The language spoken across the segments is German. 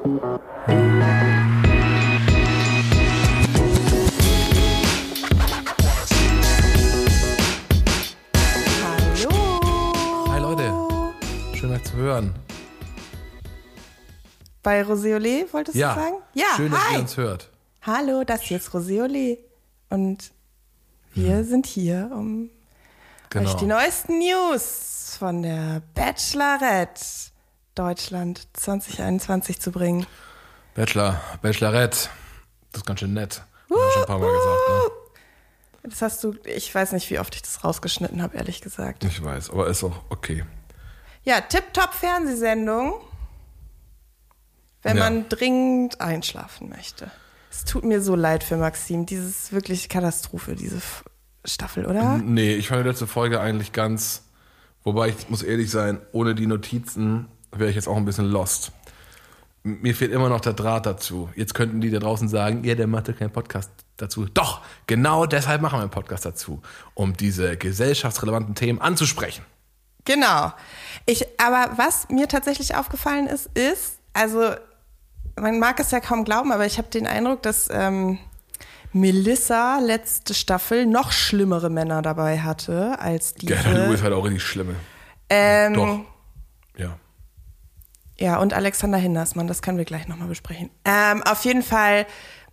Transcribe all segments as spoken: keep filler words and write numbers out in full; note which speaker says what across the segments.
Speaker 1: Zu hören.
Speaker 2: Bei Rosé Olé, wolltest
Speaker 1: ja.
Speaker 2: du sagen? Ja,
Speaker 1: schön, dass
Speaker 2: hi.
Speaker 1: ihr uns hört.
Speaker 2: Hallo, das hier ist Rosé Olé. Und wir hm. sind hier, um genau. euch die neuesten News von der Bachelorette Deutschland zwanzig einundzwanzig zu bringen.
Speaker 1: Bachelor, Bachelorette, das ist ganz schön nett. Uh, Haben wir schon ein paar Mal uh, gesagt, ne?
Speaker 2: Das hast du, ich weiß nicht, wie oft ich das rausgeschnitten habe, ehrlich gesagt.
Speaker 1: Ich weiß, aber ist auch okay.
Speaker 2: Ja, Tip-Top-Fernsehsendung, wenn ja. man dringend einschlafen möchte. Es tut mir so leid für Maxim, dieses wirklich Katastrophe, diese Staffel, oder?
Speaker 1: Nee, ich fand die letzte Folge eigentlich ganz, wobei ich muss ehrlich sein, ohne die Notizen wäre ich jetzt auch ein bisschen lost. Mir fehlt immer noch der Draht dazu. Jetzt könnten die da draußen sagen, ja, der macht ja keinen Podcast dazu. Doch, genau deshalb machen wir einen Podcast dazu, um diese gesellschaftsrelevanten Themen anzusprechen.
Speaker 2: Genau. Ich, aber was mir tatsächlich aufgefallen ist, ist, also man mag es ja kaum glauben, aber ich habe den Eindruck, dass ähm, Melissa letzte Staffel noch schlimmere Männer dabei hatte als diese.
Speaker 1: Gerda Lou ist halt auch richtig schlimme.
Speaker 2: Ähm,
Speaker 1: Doch. Ja.
Speaker 2: Ja, und Alexander Hindersmann, das können wir gleich nochmal besprechen. Ähm, auf jeden Fall...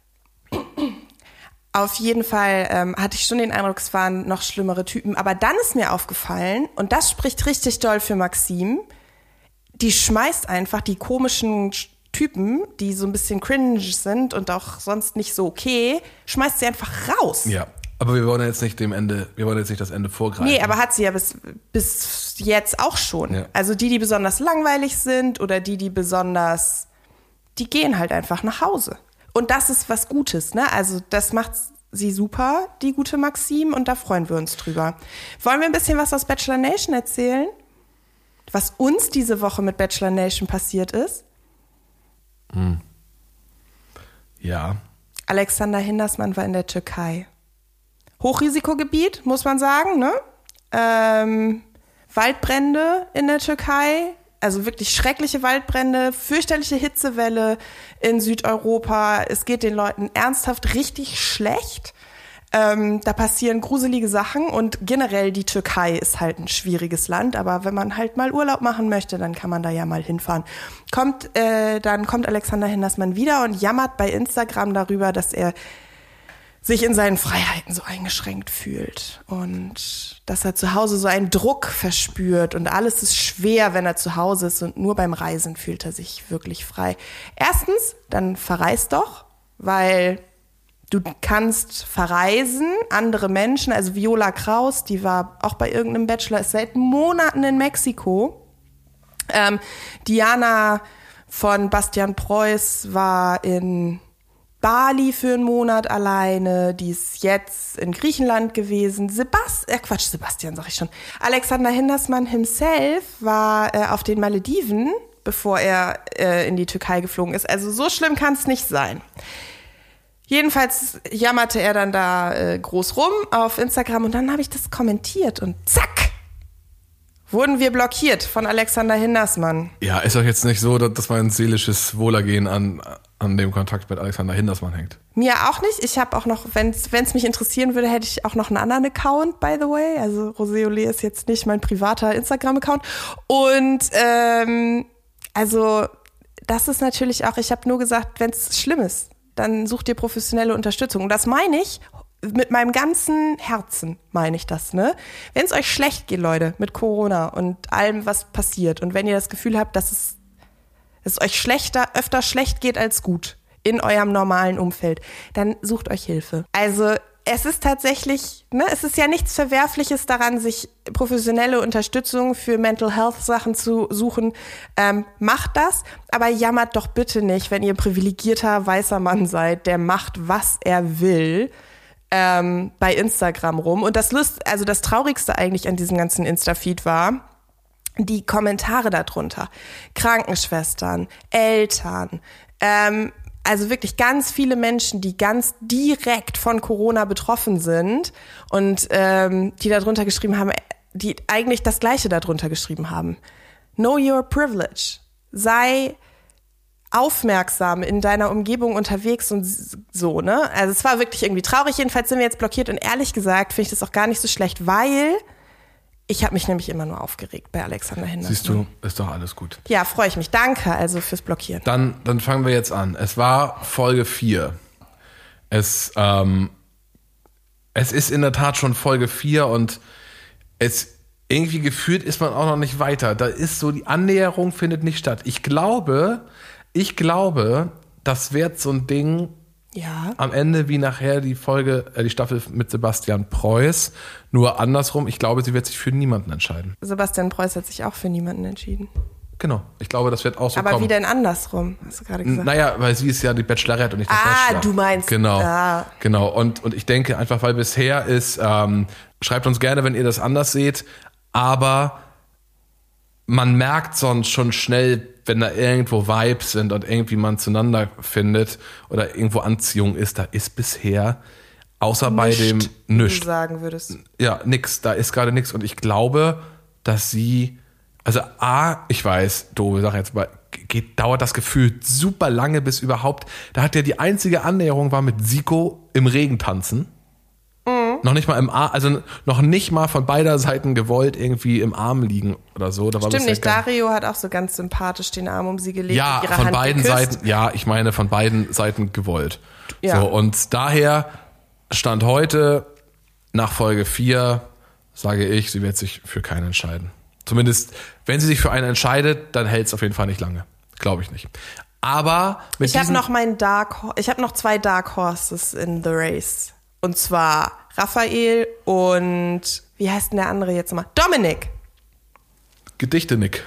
Speaker 2: Auf jeden Fall ähm, hatte ich schon den Eindruck, es waren noch schlimmere Typen. Aber dann ist mir aufgefallen, und das spricht richtig doll für Maxim, die schmeißt einfach die komischen Typen, die so ein bisschen cringe sind und auch sonst nicht so okay, schmeißt sie einfach raus.
Speaker 1: Ja, aber wir wollen jetzt nicht dem Ende, wir wollen jetzt nicht das Ende vorgreifen.
Speaker 2: Nee, aber hat sie ja bis, bis jetzt auch schon.
Speaker 1: Ja.
Speaker 2: Also die, die besonders langweilig sind oder die, die besonders, die gehen halt einfach nach Hause. Und das ist was Gutes, ne? Also das macht sie super, die gute Maxim, und da freuen wir uns drüber. Wollen wir ein bisschen was aus Bachelor Nation erzählen? Was uns diese Woche mit Bachelor Nation passiert ist?
Speaker 1: Hm. Ja.
Speaker 2: Alexander Hindersmann war in der Türkei. Hochrisikogebiet, muss man sagen, ne? Ähm, Waldbrände in der Türkei. Also wirklich schreckliche Waldbrände, fürchterliche Hitzewelle in Südeuropa. Es geht den Leuten ernsthaft richtig schlecht. Ähm, da passieren gruselige Sachen und generell die Türkei ist halt ein schwieriges Land. Aber wenn man halt mal Urlaub machen möchte, dann kann man da ja mal hinfahren. Kommt, äh, dann kommt Alexander Hindersmann wieder und jammert bei Instagram darüber, dass er sich in seinen Freiheiten so eingeschränkt fühlt und dass er zu Hause so einen Druck verspürt und alles ist schwer, wenn er zu Hause ist, und nur beim Reisen fühlt er sich wirklich frei. Erstens, dann verreist doch, weil du kannst verreisen, andere Menschen, also Viola Kraus, die war auch bei irgendeinem Bachelor, ist seit Monaten in Mexiko. Ähm, Diana von Bastian Preuß war in Bali für einen Monat alleine, die ist jetzt in Griechenland gewesen. Sebast- äh Quatsch, Sebastian sag ich schon. Alexander Hindersmann himself war äh, auf den Malediven, bevor er äh, in die Türkei geflogen ist. Also so schlimm kann es nicht sein. Jedenfalls jammerte er dann da äh, groß rum auf Instagram und dann habe ich das kommentiert und zack, wurden wir blockiert von Alexander Hindersmann.
Speaker 1: Ja, ist doch jetzt nicht so, dass mein seelisches Wohlergehen an, an dem Kontakt mit Alexander Hindersmann hängt.
Speaker 2: Mir auch nicht. Ich habe auch noch, wenn es mich interessieren würde, hätte ich auch noch einen anderen Account, by the way. Also Rosé Olé ist jetzt nicht mein privater Instagram-Account. Und ähm, also das ist natürlich auch, ich habe nur gesagt, wenn es schlimm ist, dann such dir professionelle Unterstützung. Und das meine ich mit meinem ganzen Herzen, meine ich das, ne? Wenn es euch schlecht geht, Leute, mit Corona und allem, was passiert, und wenn ihr das Gefühl habt, dass es, dass es euch schlechter, öfter schlecht geht als gut in eurem normalen Umfeld, dann sucht euch Hilfe. Also es ist tatsächlich, ne, es ist ja nichts Verwerfliches daran, sich professionelle Unterstützung für Mental Health Sachen zu suchen. Ähm, macht das, aber jammert doch bitte nicht, wenn ihr privilegierter weißer Mann seid, der macht, was er will, ähm, bei Instagram rum. Und das Lust, also das Traurigste eigentlich an diesem ganzen Insta-Feed war die Kommentare darunter. Krankenschwestern, Eltern, ähm, also wirklich ganz viele Menschen, die ganz direkt von Corona betroffen sind und ähm, die darunter geschrieben haben, die eigentlich das Gleiche darunter geschrieben haben. Know your privilege. Sei aufmerksam in deiner Umgebung unterwegs und so, ne? Also es war wirklich irgendwie traurig. Jedenfalls sind wir jetzt blockiert und ehrlich gesagt finde ich das auch gar nicht so schlecht, weil ich habe mich nämlich immer nur aufgeregt bei Alexander Hindersmann.
Speaker 1: Siehst du, ist doch alles gut.
Speaker 2: Ja, freue ich mich. Danke also fürs Blockieren.
Speaker 1: Dann, dann fangen wir jetzt an. Es war Folge vier. Es, ähm, es ist in der Tat schon Folge vier und es irgendwie gefühlt ist man auch noch nicht weiter. Da ist so, die Annäherung findet nicht statt. Ich glaube, ich glaube, das wird so ein Ding
Speaker 2: ja.
Speaker 1: am Ende wie nachher die Folge, äh, die Staffel mit Sebastian Preuß. Nur andersrum, ich glaube, sie wird sich für niemanden entscheiden.
Speaker 2: Sebastian Preuß hat sich auch für niemanden entschieden.
Speaker 1: Genau, ich glaube, das wird auch so
Speaker 2: Aber
Speaker 1: kommen.
Speaker 2: wie denn andersrum, hast du gerade gesagt?
Speaker 1: Naja, weil sie ist ja die Bachelorette und nicht der
Speaker 2: Ah,
Speaker 1: Bachelor.
Speaker 2: du meinst.
Speaker 1: Genau,
Speaker 2: Ah.
Speaker 1: genau. Und, und ich denke einfach, weil bisher ist, ähm, schreibt uns gerne, wenn ihr das anders seht, aber man merkt sonst schon schnell, wenn da irgendwo Vibes sind und irgendwie man zueinander findet oder irgendwo Anziehung ist, da ist bisher, außer bei dem
Speaker 2: Wie
Speaker 1: nichts.
Speaker 2: du sagen würdest.
Speaker 1: Ja, nix, da ist gerade nix. Und ich glaube, dass sie, also A, ich weiß, doofe Sache jetzt, aber geht, dauert das Gefühl super lange, bis überhaupt, da hat ja die einzige Annäherung war mit Siko im Regen tanzen. Mhm. Noch nicht mal im Arm, also noch nicht mal von beider Seiten gewollt irgendwie im Arm liegen oder so. Da war
Speaker 2: Stimmt nicht,
Speaker 1: gar,
Speaker 2: Dario hat auch so ganz sympathisch den Arm um sie gelegt
Speaker 1: ja,
Speaker 2: und ihre
Speaker 1: von
Speaker 2: Hand
Speaker 1: beiden
Speaker 2: geküsst.
Speaker 1: Seiten, ja, ich meine von beiden Seiten gewollt.
Speaker 2: Ja.
Speaker 1: So, und daher Stand heute, nach Folge vier, sage ich, sie wird sich für keinen entscheiden. Zumindest, wenn sie sich für einen entscheidet, dann hält es auf jeden Fall nicht lange. Glaube ich nicht. Aber mit
Speaker 2: Ich habe
Speaker 1: diesen-
Speaker 2: noch meinen Dark Ho- ich habe noch zwei Dark Horses in the Race. Und zwar Raphael und wie heißt denn der andere jetzt nochmal? Dominik.
Speaker 1: Gedichte, Nick.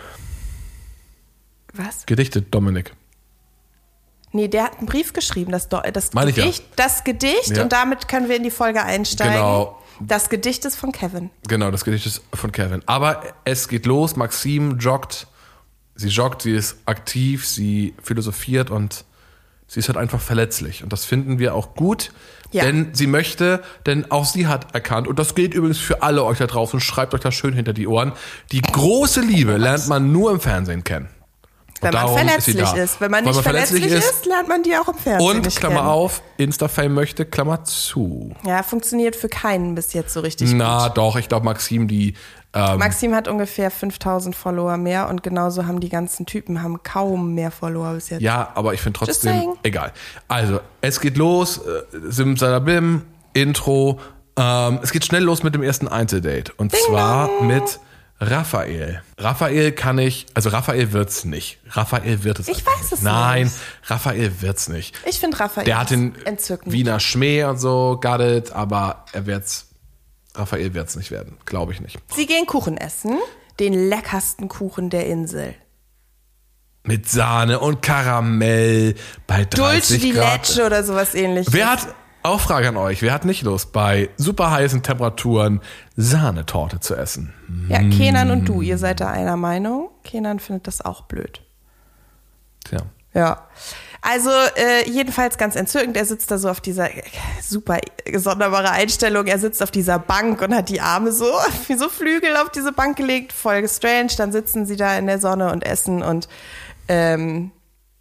Speaker 2: Was?
Speaker 1: Gedichte, Dominik.
Speaker 2: Nee, der hat einen Brief geschrieben, das, Do- das
Speaker 1: Meine ich ja.
Speaker 2: Gedicht, das Gedicht
Speaker 1: Ja.
Speaker 2: und damit können wir in die Folge einsteigen.
Speaker 1: Genau.
Speaker 2: Das Gedicht ist von Kevin.
Speaker 1: Genau, das Gedicht ist von Kevin. Aber es geht los, Maxim joggt, sie joggt, sie ist aktiv, sie philosophiert und sie ist halt einfach verletzlich. Und das finden wir auch gut,
Speaker 2: Ja.
Speaker 1: denn sie möchte, denn auch sie hat erkannt, und das gilt übrigens für alle euch da draußen, schreibt euch das schön hinter die Ohren, die große Liebe lernt man nur im Fernsehen kennen. Und
Speaker 2: Wenn man
Speaker 1: darum ist sie
Speaker 2: verletzlich
Speaker 1: da.
Speaker 2: ist. Wenn man
Speaker 1: Weil
Speaker 2: nicht verletzlich ist, lernt man die auch im Fernsehen
Speaker 1: Und,
Speaker 2: nicht
Speaker 1: Klammer
Speaker 2: kennen.
Speaker 1: auf, Insta-Fame möchte, Klammer zu.
Speaker 2: Ja, funktioniert für keinen bis jetzt so richtig
Speaker 1: Na
Speaker 2: gut.
Speaker 1: doch, ich glaube Maxim, die ähm,
Speaker 2: Maxim hat ungefähr fünftausend Follower mehr und genauso haben die ganzen Typen haben kaum mehr Follower bis jetzt.
Speaker 1: ja, aber ich finde
Speaker 2: Just
Speaker 1: trotzdem,
Speaker 2: saying.
Speaker 1: egal. Also, es geht los, äh, Simsalabim, Intro, ähm, es geht schnell los mit dem ersten Einzeldate. Und
Speaker 2: Ding
Speaker 1: zwar
Speaker 2: dong.
Speaker 1: mit Raphael. Raphael kann ich, also Raphael wird's nicht. Raphael wird es
Speaker 2: Ich
Speaker 1: einfach
Speaker 2: weiß es
Speaker 1: Nein,
Speaker 2: nicht.
Speaker 1: Raphael wird's nicht.
Speaker 2: Ich finde Raphael
Speaker 1: Der hat den
Speaker 2: entzückend.
Speaker 1: Wiener Schmäh und so, got it, aber er wird's, Raphael wird's nicht werden, glaube ich nicht.
Speaker 2: Sie gehen Kuchen essen, den leckersten Kuchen der Insel.
Speaker 1: Mit Sahne und Karamell bei
Speaker 2: Dulce
Speaker 1: dreißig
Speaker 2: di
Speaker 1: Grad.
Speaker 2: Leche oder sowas ähnliches.
Speaker 1: Wer hat, auch Frage an euch, wer hat nicht Lust, bei super heißen Temperaturen Sahnetorte zu essen?
Speaker 2: Ja, Kenan und du, ihr seid da einer Meinung. Kenan findet das auch blöd.
Speaker 1: Tja.
Speaker 2: Ja. Also äh, jedenfalls ganz entzückend. Er sitzt da so auf dieser äh, super sonderbare Einstellung. Er sitzt auf dieser Bank und hat die Arme so wie so Flügel auf diese Bank gelegt. Voll strange. Dann sitzen sie da in der Sonne und essen und ähm,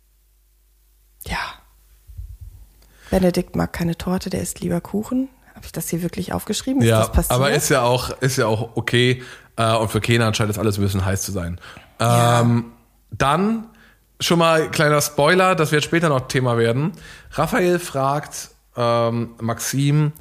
Speaker 2: ja. Benedikt mag keine Torte, der isst lieber Kuchen. Habe ich das hier wirklich aufgeschrieben? Ist
Speaker 1: Ja,
Speaker 2: das passiert?
Speaker 1: aber ist ja auch, ist ja auch okay. Äh, und für Kenan scheint das alles ein bisschen heiß zu sein.
Speaker 2: Ja.
Speaker 1: Ähm, dann schon mal kleiner Spoiler, das wird später noch Thema werden. Raphael fragt ähm, Maxim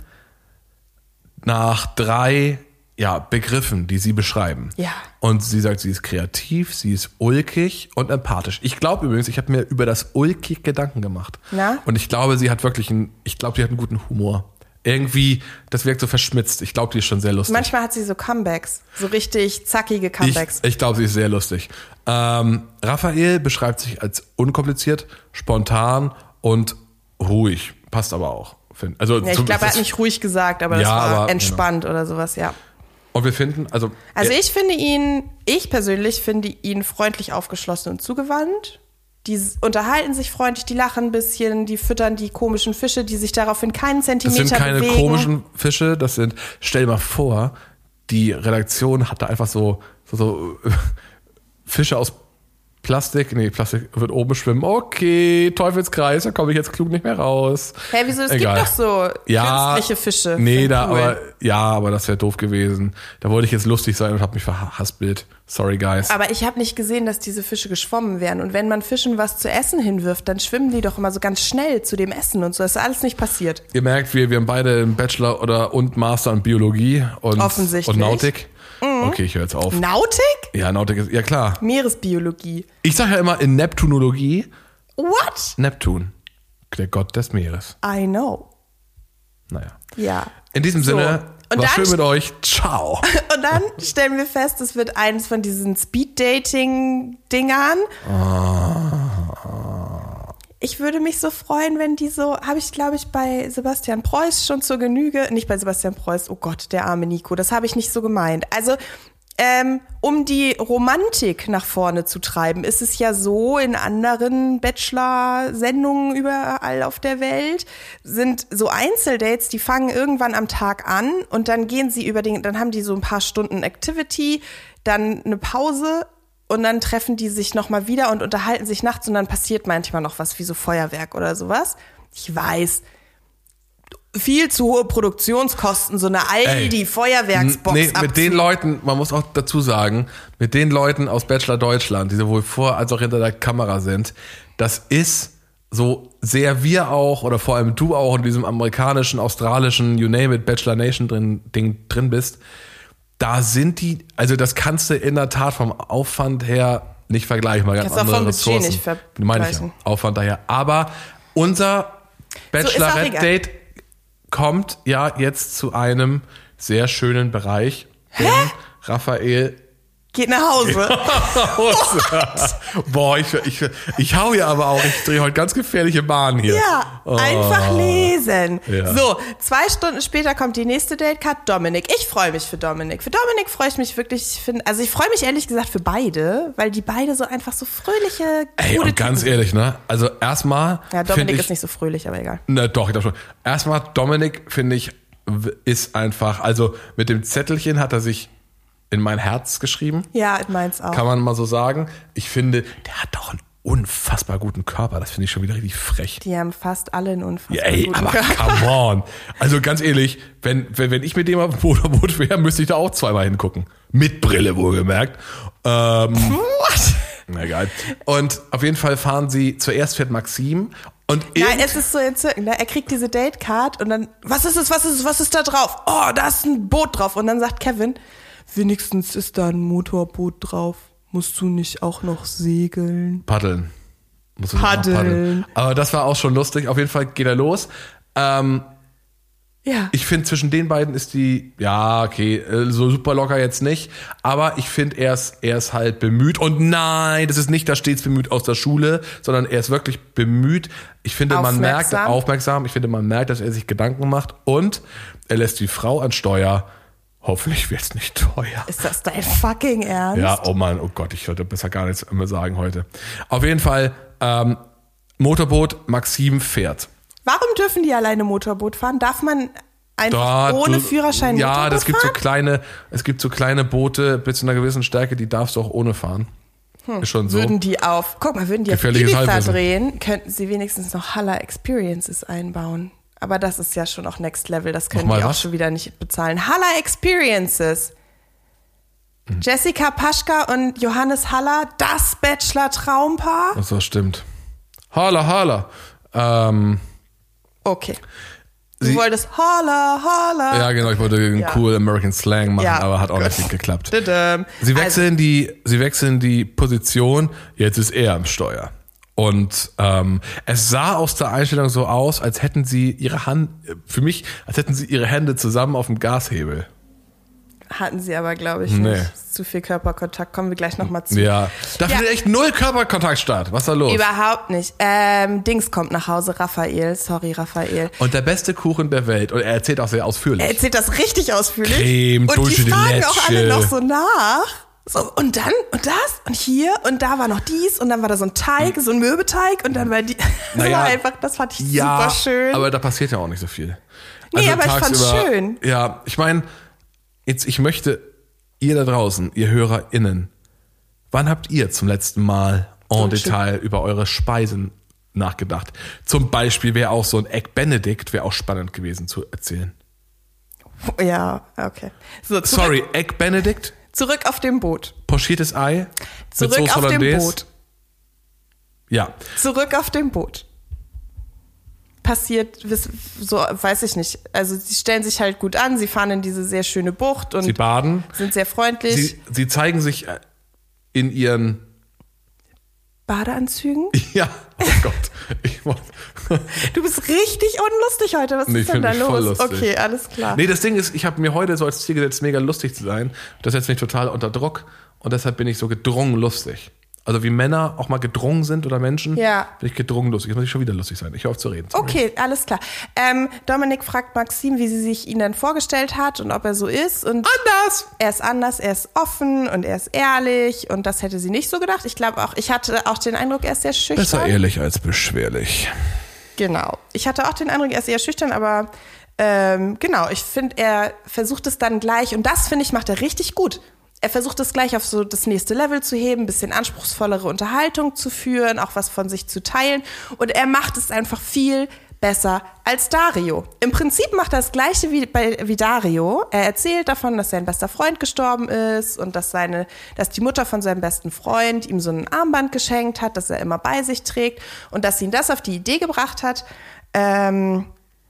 Speaker 1: nach drei ja, Begriffen, die sie beschreiben.
Speaker 2: Ja.
Speaker 1: Und sie sagt, sie ist kreativ, sie ist ulkig und empathisch. Ich glaube übrigens, ich habe mir über das ulkig Gedanken gemacht.
Speaker 2: Na?
Speaker 1: Und ich glaube, sie hat wirklich einen, ich glaube, sie hat einen guten Humor. Irgendwie, das wirkt so verschmitzt. Ich glaube, die ist schon sehr lustig.
Speaker 2: Manchmal hat sie so Comebacks, so richtig zackige
Speaker 1: Ich,
Speaker 2: Comebacks.
Speaker 1: ich glaube, sie ist sehr lustig. Ähm, Raphael beschreibt sich als unkompliziert, spontan und ruhig. Passt aber auch. Find- Also
Speaker 2: ja, ich
Speaker 1: zum-
Speaker 2: glaube, er hat
Speaker 1: das-
Speaker 2: nicht ruhig gesagt, aber das
Speaker 1: Ja,
Speaker 2: war
Speaker 1: aber,
Speaker 2: entspannt oder sowas, ja.
Speaker 1: Und wir finden, also,
Speaker 2: Also
Speaker 1: äh,
Speaker 2: ich finde ihn, ich persönlich finde ihn freundlich aufgeschlossen und zugewandt. Die s- unterhalten sich freundlich, die lachen ein bisschen, die füttern die komischen Fische, die sich daraufhin keinen
Speaker 1: das
Speaker 2: Zentimeter
Speaker 1: sind keine
Speaker 2: bewegen.
Speaker 1: komischen Fische, das sind, stell dir mal vor, die Redaktion hat da einfach so, so, so Fische aus Plastik, nee, Plastik wird oben schwimmen. Okay, Teufelskreis, da komme ich jetzt klug nicht mehr raus.
Speaker 2: Hä, wieso? Es
Speaker 1: Egal.
Speaker 2: gibt doch so
Speaker 1: Ja,
Speaker 2: künstliche Fische.
Speaker 1: Nee,
Speaker 2: Sind
Speaker 1: da,
Speaker 2: cool.
Speaker 1: aber, ja, aber das wäre doof gewesen. Da wollte ich jetzt lustig sein und habe mich verhaspelt. Sorry, guys.
Speaker 2: Aber ich habe nicht gesehen, dass diese Fische geschwommen wären. Und wenn man Fischen was zu essen hinwirft, dann schwimmen die doch immer so ganz schnell zu dem Essen und so. Das ist alles nicht passiert.
Speaker 1: Ihr merkt, wir, wir haben beide einen Bachelor oder und Master in Biologie und,
Speaker 2: Offensichtlich.
Speaker 1: und Nautik. Mhm. Okay, ich höre jetzt auf.
Speaker 2: Nautik?
Speaker 1: Ja, Nautik ist, ja klar.
Speaker 2: Meeresbiologie.
Speaker 1: Ich sage ja immer in Neptunologie,
Speaker 2: What?
Speaker 1: Neptun, der Gott des Meeres.
Speaker 2: I know.
Speaker 1: Naja.
Speaker 2: Ja.
Speaker 1: In diesem
Speaker 2: So.
Speaker 1: Sinne,
Speaker 2: Und
Speaker 1: war
Speaker 2: dann
Speaker 1: schön mit euch. Ciao.
Speaker 2: Und dann stellen wir fest, es wird eines von diesen Speed-Dating-Dingern. Ich würde mich so freuen, wenn die so, habe ich glaube ich bei Sebastian Preuß schon zur Genüge, nicht bei Sebastian Preuß, oh Gott, der arme Nico, das habe ich nicht so gemeint. Also ähm, um die Romantik nach vorne zu treiben, ist es ja so, in anderen Bachelor-Sendungen überall auf der Welt sind so Einzeldates, die fangen irgendwann am Tag an und dann gehen sie über den, dann haben die so ein paar Stunden Activity, dann eine Pause und dann treffen die sich nochmal wieder und unterhalten sich nachts und dann passiert manchmal noch was wie so Feuerwerk oder sowas. Ich weiß, viel zu hohe Produktionskosten, so eine Aldi-Feuerwerksbox
Speaker 1: Nee, mit den Leuten, man muss auch dazu sagen, mit den Leuten aus Bachelor Deutschland, die sowohl vor als auch hinter der Kamera sind, das ist so sehr wir auch oder vor allem du auch in diesem amerikanischen, australischen, you name it, Bachelor Nation drin, Ding drin bist, da sind die, also das kannst du in der Tat vom Aufwand her nicht vergleichen, weil ganz
Speaker 2: Kannst auch
Speaker 1: andere
Speaker 2: vom Budget
Speaker 1: Ressourcen.
Speaker 2: nicht vergleichen.
Speaker 1: Meine ich ja, Aufwand daher. Aber unser Bachelorette-Date kommt ja jetzt zu einem sehr schönen Bereich. Denn Raphael
Speaker 2: geht nach Hause.
Speaker 1: Boah, ich, ich, ich hau hier aber auch, ich drehe heute ganz gefährliche Bahnen hier.
Speaker 2: Ja,
Speaker 1: Oh.
Speaker 2: einfach lesen.
Speaker 1: Ja.
Speaker 2: So, zwei Stunden später kommt die nächste Datecard, Dominik. Ich freue mich für Dominik. Für Dominik freue ich mich wirklich, ich find, also ich freue mich ehrlich gesagt für beide, weil die beide so einfach so fröhliche,
Speaker 1: Ey,
Speaker 2: gute
Speaker 1: und ganz
Speaker 2: Typen
Speaker 1: ehrlich, ne? Also erstmal.
Speaker 2: sind. Ja,
Speaker 1: find
Speaker 2: Dominik
Speaker 1: ich,
Speaker 2: ist nicht so fröhlich, aber egal.
Speaker 1: Na doch, ich glaube schon. Erstmal, Dominik, finde ich, w- ist einfach, also mit dem Zettelchen hat er sich in mein Herz geschrieben.
Speaker 2: Ja, meins auch.
Speaker 1: Kann man mal so sagen. Ich finde, der hat doch einen unfassbar guten Körper. Das finde ich schon wieder richtig frech.
Speaker 2: Die haben fast alle einen unfassbar
Speaker 1: Ja, ey,
Speaker 2: guten
Speaker 1: aber
Speaker 2: Körper.
Speaker 1: come on. Also ganz ehrlich, wenn, wenn, wenn ich mit dem auf dem Motorboot wäre, müsste ich da auch zweimal hingucken. Mit Brille wohlgemerkt. Ähm,
Speaker 2: What?
Speaker 1: na egal. Und auf jeden Fall fahren sie, zuerst fährt Maxim und
Speaker 2: Nein,
Speaker 1: irgend-
Speaker 2: es ist so entzückend. Ne? Er kriegt diese Datecard und dann, was ist es, was ist es, was ist da drauf? Oh, da ist ein Boot drauf. Und dann sagt Kevin, wenigstens ist da ein Motorboot drauf. Musst du nicht auch noch segeln?
Speaker 1: Paddeln. Muss ich noch
Speaker 2: Paddeln.
Speaker 1: paddeln. Aber das war auch schon lustig. Auf jeden Fall geht er los. Ähm,
Speaker 2: Ja.
Speaker 1: ich finde, zwischen den beiden ist die, ja, okay, äh, so super locker jetzt nicht. Aber ich finde, er ist, er ist halt bemüht. Und nein, das ist nicht da stets bemüht aus der Schule, sondern er ist wirklich bemüht. Ich finde, man merkt,
Speaker 2: Aufmerksam.
Speaker 1: aufmerksam, ich finde, man merkt, dass er sich Gedanken macht. Und er lässt die Frau an Steuer. Hoffentlich wird's nicht teuer.
Speaker 2: Ist das dein fucking Ernst?
Speaker 1: Ja, oh Mann, oh Gott, ich sollte besser gar nichts mehr sagen heute. Auf jeden Fall, ähm, Motorboot, Maxim fährt.
Speaker 2: Warum dürfen die alleine Motorboot fahren? Darf man einfach
Speaker 1: Da,
Speaker 2: ohne
Speaker 1: du-
Speaker 2: Führerschein
Speaker 1: Ja,
Speaker 2: Motorboot
Speaker 1: das gibt so
Speaker 2: fahren?
Speaker 1: kleine, es gibt so kleine Boote bis zu einer gewissen Stärke, die darfst du auch ohne fahren. Ist schon so.
Speaker 2: Würden die auf, guck mal, würden die auf
Speaker 1: Gefährliches
Speaker 2: Ibiza
Speaker 1: Halbwissen.
Speaker 2: drehen, könnten sie wenigstens noch Hala Experiences einbauen. Aber das ist ja schon auch Next Level, das können
Speaker 1: Nochmal
Speaker 2: die auch
Speaker 1: was?
Speaker 2: schon wieder nicht bezahlen. Hala Experiences.
Speaker 1: Hm.
Speaker 2: Jessica Paschka und Johannes Haller, das Bachelor-Traumpaar.
Speaker 1: Was das stimmt. Hala, hala. Ähm,
Speaker 2: Okay. Du
Speaker 1: Sie-
Speaker 2: wolltest Hala, Hala.
Speaker 1: ja, genau, ich wollte einen
Speaker 2: Ja.
Speaker 1: cool American Slang machen,
Speaker 2: Ja,
Speaker 1: aber hat auch
Speaker 2: gut.
Speaker 1: nicht geklappt.
Speaker 2: Tadam.
Speaker 1: Sie wechseln die, sie wechseln die Position. Jetzt ist er am Steuer. Und ähm, es sah aus der Einstellung so aus, als hätten sie ihre Hand, für mich, als hätten sie ihre Hände zusammen auf dem Gashebel.
Speaker 2: Hatten sie aber, glaube ich,
Speaker 1: Nee.
Speaker 2: nicht. Zu viel Körperkontakt. Kommen wir gleich nochmal zu.
Speaker 1: Ja, da
Speaker 2: Ja.
Speaker 1: findet echt null Körperkontakt statt. Was ist da los?
Speaker 2: Überhaupt nicht. Ähm, Dings kommt nach Hause, Raphael. Sorry, Raphael.
Speaker 1: Und der beste Kuchen der Welt. Und er erzählt auch sehr ausführlich.
Speaker 2: Er erzählt das richtig ausführlich.
Speaker 1: Creme,
Speaker 2: und
Speaker 1: Dulce
Speaker 2: die
Speaker 1: de
Speaker 2: fragen auch alle
Speaker 1: Leche.
Speaker 2: noch so nach. So, und dann, und das, und hier, und da war noch dies, und dann war da so ein Teig, so ein Mürbeteig, und dann war die. Das
Speaker 1: Naja,
Speaker 2: war einfach, das fand ich
Speaker 1: ja,
Speaker 2: super schön.
Speaker 1: aber da passiert ja auch nicht so viel.
Speaker 2: Nee, aber ich fand's
Speaker 1: tagsüber-
Speaker 2: schön.
Speaker 1: Ja, ich meine, jetzt, ich möchte, ihr da draußen, ihr HörerInnen, wann habt ihr zum letzten Mal en
Speaker 2: Und
Speaker 1: Detail über eure Speisen nachgedacht. Zum Beispiel wäre auch so ein Egg Benedict, wäre auch spannend gewesen zu erzählen.
Speaker 2: Ja, okay. So, zurück,
Speaker 1: Sorry, Egg Benedict,
Speaker 2: zurück auf dem Boot.
Speaker 1: pochiertes Ei
Speaker 2: Zurück
Speaker 1: mit Soße
Speaker 2: auf dem
Speaker 1: Hollandaise.
Speaker 2: Boot.
Speaker 1: Ja,
Speaker 2: Zurück auf dem Boot. Passiert, so weiß ich nicht. Also sie stellen sich halt gut an, sie fahren in diese sehr schöne Bucht und
Speaker 1: sie baden.
Speaker 2: sind sehr freundlich.
Speaker 1: Sie, sie zeigen sich in ihren
Speaker 2: Badeanzügen?
Speaker 1: Ja, oh Gott. Ich wollt,
Speaker 2: Du bist richtig unlustig heute. Was
Speaker 1: Nee,
Speaker 2: ist denn
Speaker 1: find
Speaker 2: da
Speaker 1: ich
Speaker 2: los?
Speaker 1: voll lustig.
Speaker 2: Okay, alles klar.
Speaker 1: Nee, das Ding ist, ich habe mir heute so als Ziel gesetzt, mega lustig zu sein. Das setzt mich total unter Druck und deshalb bin ich so gedrungen lustig. Also wie Männer auch mal gedrungen sind oder Menschen,
Speaker 2: Ja.
Speaker 1: bin ich gedrungen lustig. Jetzt muss ich schon wieder lustig sein. Ich höre auf zu reden. Sorry.
Speaker 2: Okay, alles klar. Ähm, Dominik fragt Maxim, wie sie sich ihn dann vorgestellt hat und ob er so ist. Und
Speaker 1: Anders!
Speaker 2: er ist anders, er ist offen und er ist ehrlich und das hätte sie nicht so gedacht. Ich glaube auch, ich hatte auch den Eindruck, er ist sehr schüchtern.
Speaker 1: Besser ehrlich als beschwerlich.
Speaker 2: Genau. Ich hatte auch den Eindruck, er ist eher schüchtern, aber ähm, genau, ich finde, er versucht es dann gleich und das, finde ich, macht er richtig gut. Er versucht es gleich auf so das nächste Level zu heben, ein bisschen anspruchsvollere Unterhaltung zu führen, auch was von sich zu teilen. Und er macht es einfach viel besser als Dario. Im Prinzip macht er das Gleiche wie, bei, wie Dario. Er erzählt davon, dass sein bester Freund gestorben ist und dass, seine, dass die Mutter von seinem besten Freund ihm so ein Armband geschenkt hat, das er immer bei sich trägt und dass ihn das auf die Idee gebracht hat, ähm,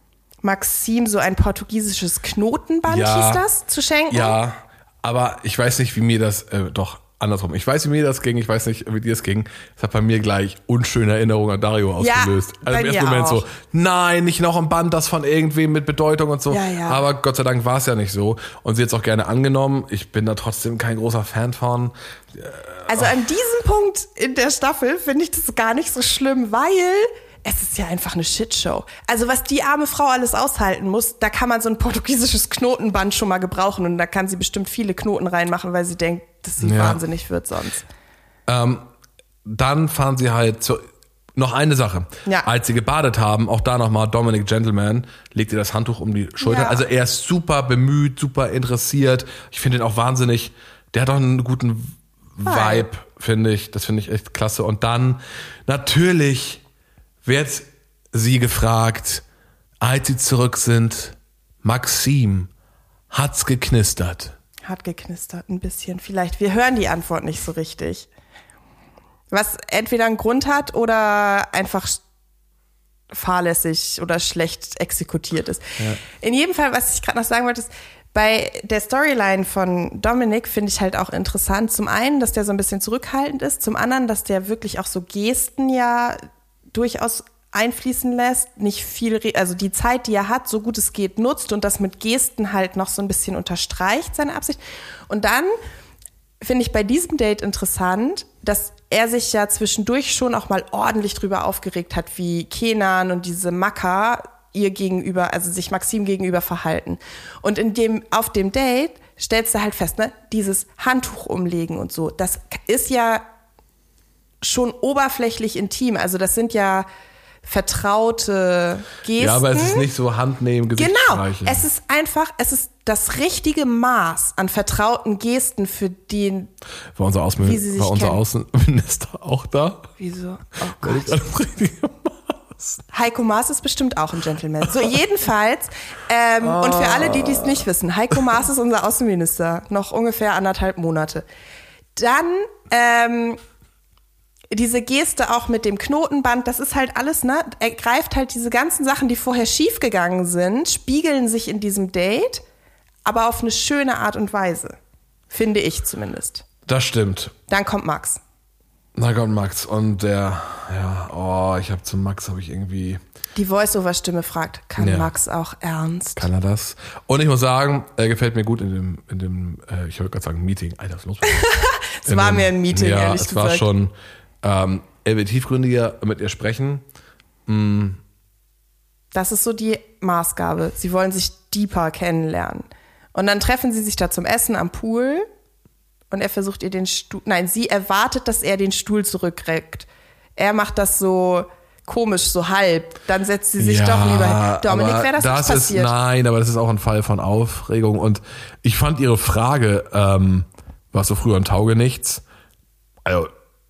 Speaker 2: Maxim so ein portugiesisches Knotenband,
Speaker 1: Ja.
Speaker 2: hieß das, zu schenken.
Speaker 1: Ja, aber ich weiß nicht, wie mir das, äh, doch, andersrum. Ich weiß, wie mir das ging, ich weiß nicht, wie dir es ging. Das hat bei mir gleich unschöne Erinnerungen an Dario ausgelöst.
Speaker 2: bei
Speaker 1: also im ersten
Speaker 2: mir
Speaker 1: Moment
Speaker 2: auch.
Speaker 1: so, nein, nicht noch ein Band, das von irgendwem mit Bedeutung und so.
Speaker 2: Ja, ja.
Speaker 1: Aber Gott sei Dank war es ja nicht so. Und sie hat es auch gerne angenommen. Ich bin da trotzdem kein großer Fan von.
Speaker 2: Also an diesem Punkt in der Staffel finde ich das gar nicht so schlimm, weil es ist ja einfach eine Shitshow. Also was die arme Frau alles aushalten muss, da kann man so ein portugiesisches Knotenband schon mal gebrauchen und da kann sie bestimmt viele Knoten reinmachen, weil sie denkt, dass sie
Speaker 1: Ja.
Speaker 2: wahnsinnig wird sonst.
Speaker 1: Ähm, dann fahren sie halt zu. Noch eine Sache.
Speaker 2: Ja.
Speaker 1: Als sie gebadet haben, auch da nochmal Dominic Gentleman, legt ihr das Handtuch um die Schulter.
Speaker 2: Ja.
Speaker 1: Also er ist super bemüht, super interessiert. Ich finde ihn auch wahnsinnig, der hat auch einen guten Vibe,
Speaker 2: Vibe.
Speaker 1: finde ich. Das finde ich echt klasse. Und dann natürlich wird sie gefragt, als sie zurück sind, Maxim, hat's geknistert?
Speaker 2: Hat geknistert ein bisschen vielleicht. Wir hören die Antwort nicht so richtig. Was entweder einen Grund hat oder einfach fahrlässig oder schlecht exekutiert ist.
Speaker 1: Ja.
Speaker 2: In jedem Fall, was ich gerade noch sagen wollte, ist, bei der Storyline von Dominik finde ich halt auch interessant. Zum einen, dass der so ein bisschen zurückhaltend ist. Zum anderen, dass der wirklich auch so Gesten ja durchaus einfließen lässt. Nicht viel, re- also die Zeit, die er hat, so gut es geht, nutzt und das mit Gesten halt noch so ein bisschen unterstreicht, seine Absicht. Und dann finde ich bei diesem Date interessant, dass er sich ja zwischendurch schon auch mal ordentlich drüber aufgeregt hat, wie Kenan und diese Macker ihr gegenüber, also sich Maxim gegenüber verhalten. Und in dem, auf dem Date stellst du halt fest, ne, dieses Handtuch umlegen und so, das ist ja schon oberflächlich intim. Also das sind ja vertraute Gesten.
Speaker 1: Ja, aber es ist nicht so Handnehmen, Gesicht
Speaker 2: Genau,
Speaker 1: streichen.
Speaker 2: es ist einfach, es ist das richtige Maß an vertrauten Gesten für den,
Speaker 1: War unser, Außenmin-
Speaker 2: Wie sie sich
Speaker 1: war unser
Speaker 2: kennen.
Speaker 1: Außenminister auch da?
Speaker 2: wieso? Oh
Speaker 1: War nicht
Speaker 2: Gott.
Speaker 1: das richtige Maß?
Speaker 2: Heiko Maas ist bestimmt auch ein Gentleman. So, jedenfalls, ähm, und für alle, die dies nicht wissen, Heiko Maas ist unser Außenminister, noch ungefähr anderthalb Monate. Dann, ähm, diese Geste auch mit dem Knotenband, das ist halt alles, ne? Er greift halt diese ganzen Sachen, die vorher schiefgegangen sind, spiegeln sich in diesem Date, aber auf eine schöne Art und Weise. Finde ich zumindest.
Speaker 1: Das stimmt.
Speaker 2: Dann kommt Max.
Speaker 1: Na Gott, Max. Und der, ja, oh, ich habe zu Max, habe ich irgendwie,
Speaker 2: Die Voice-Over-Stimme fragt, kann
Speaker 1: Ja.
Speaker 2: Max auch ernst?
Speaker 1: kann er das? Und ich muss sagen, er gefällt mir gut in dem, in dem, äh, ich wollte gerade sagen Meeting. Alter, was ist los?
Speaker 2: Es war mir ein Meeting,
Speaker 1: ja,
Speaker 2: ehrlich
Speaker 1: es
Speaker 2: gesagt.
Speaker 1: war schon, ähm, er will tiefgründiger mit ihr sprechen.
Speaker 2: Das ist so die Maßgabe. Sie wollen sich deeper kennenlernen. Und dann treffen sie sich da zum Essen am Pool und er versucht ihr den Stuhl, nein, sie erwartet, dass er den Stuhl zurückrückt. Er macht das so komisch, so halb. Dann setzt sie sich doch lieber hin. Dominik,
Speaker 1: aber
Speaker 2: wäre das,
Speaker 1: das
Speaker 2: nicht
Speaker 1: ist,
Speaker 2: passiert.
Speaker 1: Nein, aber das ist auch ein Fall von Aufregung. Und ich fand ihre Frage, ähm, warst du früher ein Taugenichts? Also,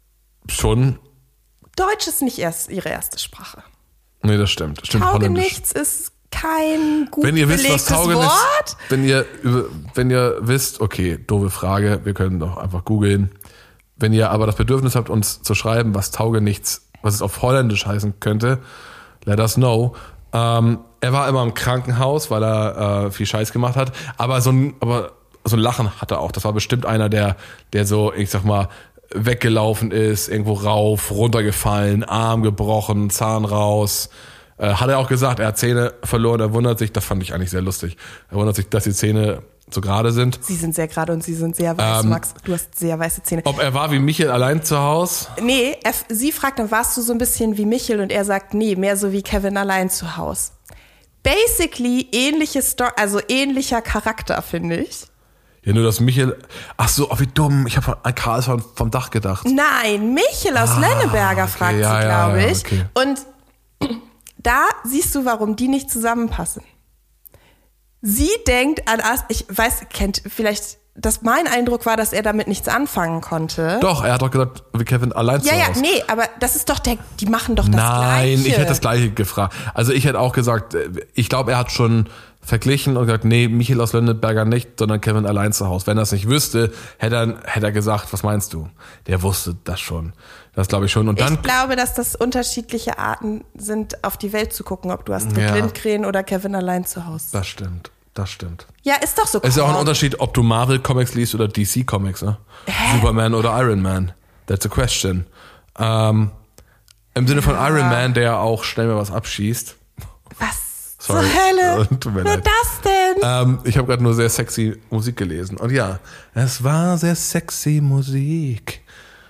Speaker 1: schon.
Speaker 2: Deutsch ist nicht erst ihre erste Sprache.
Speaker 1: Nee, das stimmt. Das stimmt.
Speaker 2: Taugenichts ist kein gut
Speaker 1: wenn ihr wisst, was
Speaker 2: belegtes
Speaker 1: Taugenichts,
Speaker 2: Wort.
Speaker 1: wenn ihr, wenn ihr wisst, okay, doofe Frage, wir können doch einfach googeln. Wenn ihr aber das Bedürfnis habt, uns zu schreiben, was Taugenichts, was es auf Holländisch heißen könnte, let us know. Ähm, er war immer im Krankenhaus, weil er äh, viel Scheiß gemacht hat, aber so ein, aber so ein Lachen hat er auch. Das war bestimmt einer, der, der so, ich sag mal, weggelaufen ist, irgendwo rauf, runtergefallen, Arm gebrochen, Zahn raus. Äh, hat er auch gesagt, er hat Zähne verloren, er wundert sich, das fand ich eigentlich sehr lustig. Er wundert sich, dass die Zähne so gerade sind.
Speaker 2: Sie sind sehr gerade und sie sind sehr weiß,
Speaker 1: Ähm,
Speaker 2: Max. Du hast sehr weiße Zähne.
Speaker 1: Ob er war wie Michael allein zu Hause?
Speaker 2: Nee, er, sie fragt dann, warst du so ein bisschen wie Michel? Und er sagt, nee, mehr so wie Kevin allein zu Hause. Basically ähnliche Story, also ähnlicher Charakter, finde ich.
Speaker 1: Ja, nur dass Michael, ach so, oh, wie dumm, ich habe an Karl vom, vom Dach gedacht.
Speaker 2: Nein, Michel aus
Speaker 1: Ah,
Speaker 2: Lenneberger
Speaker 1: okay,
Speaker 2: fragt
Speaker 1: ja,
Speaker 2: sie,
Speaker 1: ja,
Speaker 2: glaube
Speaker 1: ja,
Speaker 2: ich.
Speaker 1: okay.
Speaker 2: Und da siehst du, warum die nicht zusammenpassen. Sie denkt an, As- ich weiß, kennt vielleicht, dass mein Eindruck war, dass er damit nichts anfangen konnte.
Speaker 1: Doch, er hat doch gesagt, wie Kevin allein
Speaker 2: Ja,
Speaker 1: zu
Speaker 2: ja,
Speaker 1: Hause.
Speaker 2: nee, aber das ist doch der, die machen doch das
Speaker 1: Nein,
Speaker 2: Gleiche.
Speaker 1: ich hätte das Gleiche gefragt. Also ich hätte auch gesagt, ich glaube, er hat schon verglichen und gesagt, nee, Michael aus Lenneberger nicht, sondern Kevin allein zu Hause. Wenn er es nicht wüsste, hätte er, hätte er gesagt, was meinst du? Der wusste das schon. Das glaube ich schon. Und dann
Speaker 2: Ich glaube, dass das unterschiedliche Arten sind, auf die Welt zu gucken, ob du Astrid
Speaker 1: Ja.
Speaker 2: Lindgren oder Kevin allein zu Hause.
Speaker 1: Das stimmt, das stimmt.
Speaker 2: Ja, ist doch so.
Speaker 1: Es ist ja auch ein
Speaker 2: komm.
Speaker 1: Unterschied, ob du Marvel-Comics liest oder D C-Comics, ne? Superman oder Iron Man. That's a question. Ähm, Im Sinne von Iron Man, der auch schnell mal was abschießt.
Speaker 2: Was
Speaker 1: Sorry.
Speaker 2: zur Hölle?
Speaker 1: Tut mir
Speaker 2: Wer
Speaker 1: leid.
Speaker 2: das denn?
Speaker 1: Ähm, ich habe gerade nur sehr sexy Musik gelesen. Und ja, es war sehr sexy Musik.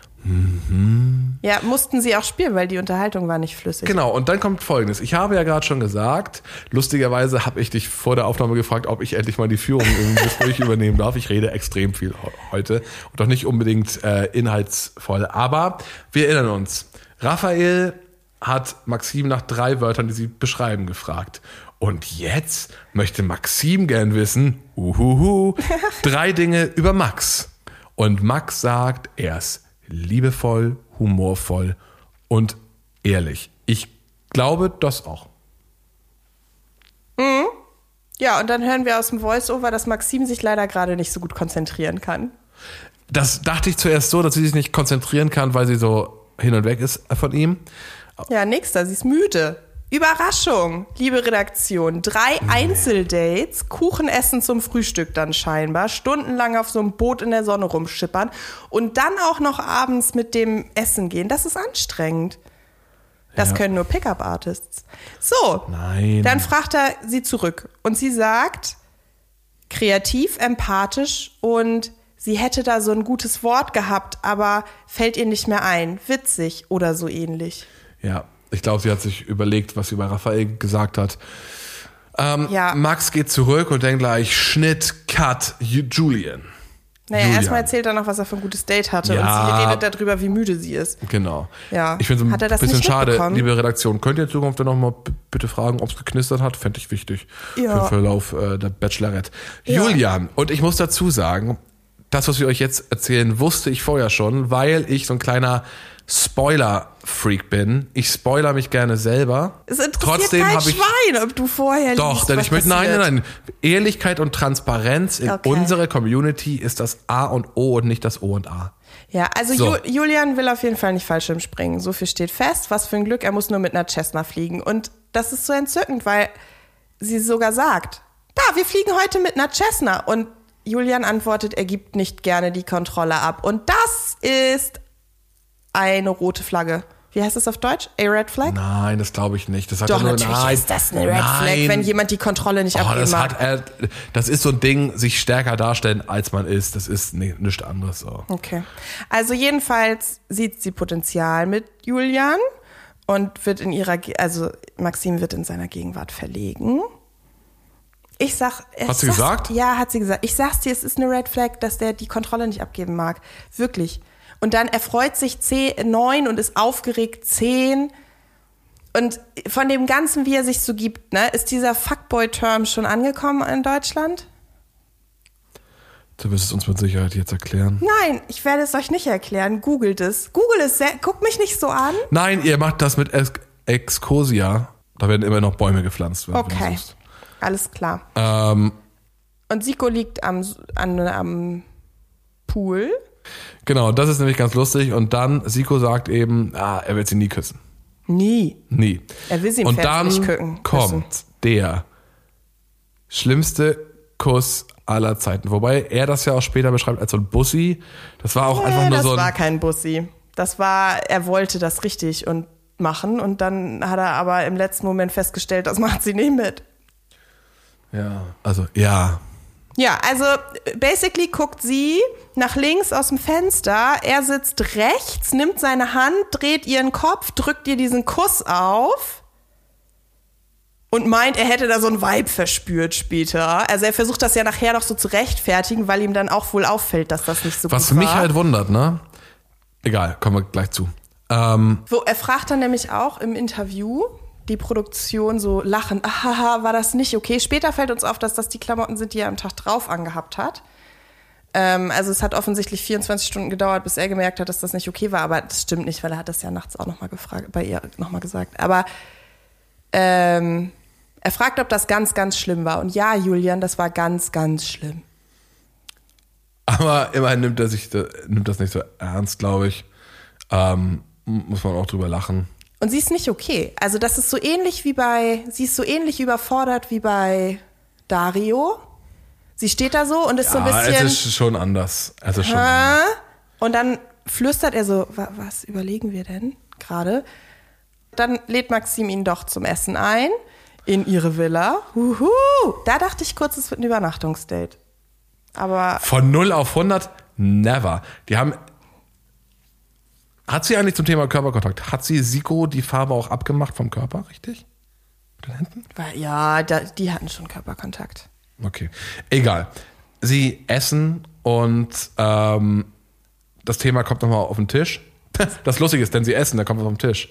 Speaker 2: Ja, mussten sie auch spielen, weil die Unterhaltung war nicht flüssig.
Speaker 1: Genau, und dann kommt Folgendes. Ich habe ja gerade schon gesagt, lustigerweise habe ich dich vor der Aufnahme gefragt, ob ich endlich mal die Führung im Gespräch übernehmen darf. Ich rede extrem viel heute und doch nicht unbedingt äh, inhaltsvoll. Aber wir erinnern uns, Raphael hat Maxim nach drei Wörtern, die sie beschreiben, gefragt. Und jetzt möchte Maxim gern wissen, uhuhu, drei Dinge über Max. Und Max sagt, er ist liebevoll, humorvoll und ehrlich. Ich glaube das auch.
Speaker 2: Ja, und dann hören wir aus dem Voice-Over, dass Maxim sich leider gerade nicht so gut konzentrieren kann.
Speaker 1: Das dachte ich zuerst so, dass sie sich nicht konzentrieren kann, weil sie so hin und weg ist von ihm.
Speaker 2: Ja, nächster, sie ist müde. Überraschung, liebe Redaktion. Drei Einzeldates, Kuchen essen zum Frühstück dann scheinbar, stundenlang auf so einem Boot in der Sonne rumschippern und dann auch noch abends mit dem Essen gehen. Das ist anstrengend. Das
Speaker 1: Ja.
Speaker 2: können nur Pickup-Artists. So,
Speaker 1: Nein.
Speaker 2: dann fragt er sie zurück und sie sagt, kreativ, empathisch und sie hätte da so ein gutes Wort gehabt, aber fällt ihr nicht mehr ein. Witzig oder so ähnlich.
Speaker 1: Ja, ich glaube, sie hat sich überlegt, was sie bei Raphael gesagt hat. Ähm,
Speaker 2: Ja.
Speaker 1: Max geht zurück und denkt gleich, Schnitt, Cut, Ju- Julian.
Speaker 2: Naja,
Speaker 1: Julian.
Speaker 2: erstmal erzählt er noch, was er für ein gutes Date hatte
Speaker 1: Ja.
Speaker 2: und sie redet darüber, wie müde sie ist.
Speaker 1: Genau.
Speaker 2: Ja.
Speaker 1: Ich finde es ein
Speaker 2: Hat er das
Speaker 1: bisschen
Speaker 2: nicht
Speaker 1: schade,
Speaker 2: mitbekommen?
Speaker 1: liebe Redaktion. Könnt ihr in Zukunft dann nochmal b- bitte fragen, ob es geknistert hat? Fände ich wichtig
Speaker 2: Ja.
Speaker 1: für den Verlauf äh, der Bachelorette.
Speaker 2: Ja.
Speaker 1: Julian, und ich muss dazu sagen, das, was wir euch jetzt erzählen, wusste ich vorher schon, weil ich so ein kleiner Spoiler-Freak bin. Ich spoiler mich gerne selber.
Speaker 2: Es interessiert
Speaker 1: Trotzdem
Speaker 2: kein
Speaker 1: habe ich
Speaker 2: Schwein, ob du vorher
Speaker 1: Doch,
Speaker 2: liest,
Speaker 1: denn
Speaker 2: was
Speaker 1: ich möchte, nein,
Speaker 2: passiert.
Speaker 1: nein, nein. Ehrlichkeit und Transparenz in
Speaker 2: Okay.
Speaker 1: unserer Community ist das A und O und nicht das O und A.
Speaker 2: Ja, also
Speaker 1: So.
Speaker 2: Ju- Julian will auf jeden Fall nicht Fallschirm springen. So viel steht fest. Was für ein Glück, er muss nur mit einer Cessna fliegen. Und das ist so entzückend, weil sie sogar sagt, da, wir fliegen heute mit einer Cessna. Und Julian antwortet, er gibt nicht gerne die Kontrolle ab. Und das ist eine rote Flagge. Wie heißt das auf Deutsch? A red flag?
Speaker 1: Nein, das glaube ich nicht. Das hat
Speaker 2: Doch,
Speaker 1: er nur,
Speaker 2: natürlich
Speaker 1: nein,
Speaker 2: ist das eine Red Flag,
Speaker 1: nein.
Speaker 2: wenn jemand die Kontrolle nicht
Speaker 1: Oh,
Speaker 2: abgeben
Speaker 1: das
Speaker 2: mag.
Speaker 1: hat er, das ist so ein Ding, sich stärker darstellen, als man ist. Das ist nee, nichts anderes so.
Speaker 2: Okay. Also jedenfalls sieht sie Potenzial mit Julian und wird in ihrer, Ge- also Maxim wird in seiner Gegenwart verlegen. Ich sag,
Speaker 1: Hat sie
Speaker 2: sag's-
Speaker 1: gesagt?
Speaker 2: Ja, hat sie gesagt. Ich sag's dir, es ist eine Red Flag, dass der die Kontrolle nicht abgeben mag. Wirklich. Und dann erfreut sich zehn, neun und ist aufgeregt zehn. Und von dem Ganzen, wie er sich so gibt, ne, ist dieser Fuckboy-Term schon angekommen in Deutschland?
Speaker 1: Du wirst es uns mit Sicherheit jetzt erklären.
Speaker 2: Nein, ich werde es euch nicht erklären. Googelt es. Google es. Sehr, guckt mich nicht so an.
Speaker 1: Nein, ihr macht das mit Ex- Excosia. Da werden immer noch Bäume gepflanzt. Wenn
Speaker 2: Okay,
Speaker 1: du
Speaker 2: alles klar.
Speaker 1: ähm,
Speaker 2: Und Zico liegt am, an, am Pool.
Speaker 1: genau, das ist nämlich ganz lustig. Und dann, Zico sagt eben, ah, er wird sie nie küssen.
Speaker 2: Nie.
Speaker 1: Nie.
Speaker 2: Er will sie im
Speaker 1: Und
Speaker 2: Pferd
Speaker 1: dann
Speaker 2: nicht kücken.
Speaker 1: kommt
Speaker 2: küssen.
Speaker 1: der schlimmste Kuss aller Zeiten. Wobei er das ja auch später beschreibt als so ein Bussi. Das war auch
Speaker 2: Nee,
Speaker 1: einfach nur
Speaker 2: das
Speaker 1: so ein...
Speaker 2: war kein Bussi. Das war, er wollte das richtig und machen und dann hat er aber im letzten Moment festgestellt, das macht sie nicht mit.
Speaker 1: Ja, also ja.
Speaker 2: Ja, also basically guckt sie nach links aus dem Fenster, er sitzt rechts, nimmt seine Hand, dreht ihren Kopf, drückt ihr diesen Kuss auf und meint, er hätte da so ein Vibe verspürt später. Also er versucht das ja nachher noch so zu rechtfertigen, weil ihm dann auch wohl auffällt, dass das nicht so
Speaker 1: Was
Speaker 2: gut war.
Speaker 1: mich halt wundert, ne? Egal, kommen wir gleich zu. Ähm,
Speaker 2: Wo, er fragt dann nämlich auch im Interview, die Produktion so lachen, ahaha, war das nicht okay? Später fällt uns auf, dass das die Klamotten sind, die er am Tag drauf angehabt hat. Ähm, also es hat offensichtlich vierundzwanzig Stunden gedauert, bis er gemerkt hat, dass das nicht okay war. Aber das stimmt nicht, weil er hat das ja nachts auch nochmal gefragt, bei ihr nochmal gesagt. Aber ähm, er fragt, ob das ganz, ganz schlimm war. Und ja, Julian, das war ganz, ganz schlimm.
Speaker 1: aber immerhin nimmt er sich nimmt das nicht so ernst, glaube ich. Ähm, muss man auch drüber lachen.
Speaker 2: Und sie ist nicht okay. Also das ist so ähnlich wie bei, sie ist so ähnlich überfordert wie bei Dario. Sie steht da so und ist so ein
Speaker 1: Ja,
Speaker 2: bisschen...
Speaker 1: es ist schon anders. Es ist schon
Speaker 2: Hä?
Speaker 1: anders.
Speaker 2: Und dann flüstert er so, "Wa- was überlegen wir denn gerade? Dann lädt Maxim ihn doch zum Essen ein, in ihre Villa. Huhu. Da dachte ich kurz, es wird ein Übernachtungsdate. Aber
Speaker 1: Von null auf hundert, never. Die haben... Hat sie eigentlich zum Thema Körperkontakt, hat sie Zico die Farbe auch abgemacht vom Körper, richtig? Mit den Händen?
Speaker 2: ja, da, die hatten schon Körperkontakt.
Speaker 1: Okay, egal. Sie essen und ähm, das Thema kommt nochmal auf den Tisch. Das Lustige ist, denn sie essen, da kommt was auf den Tisch.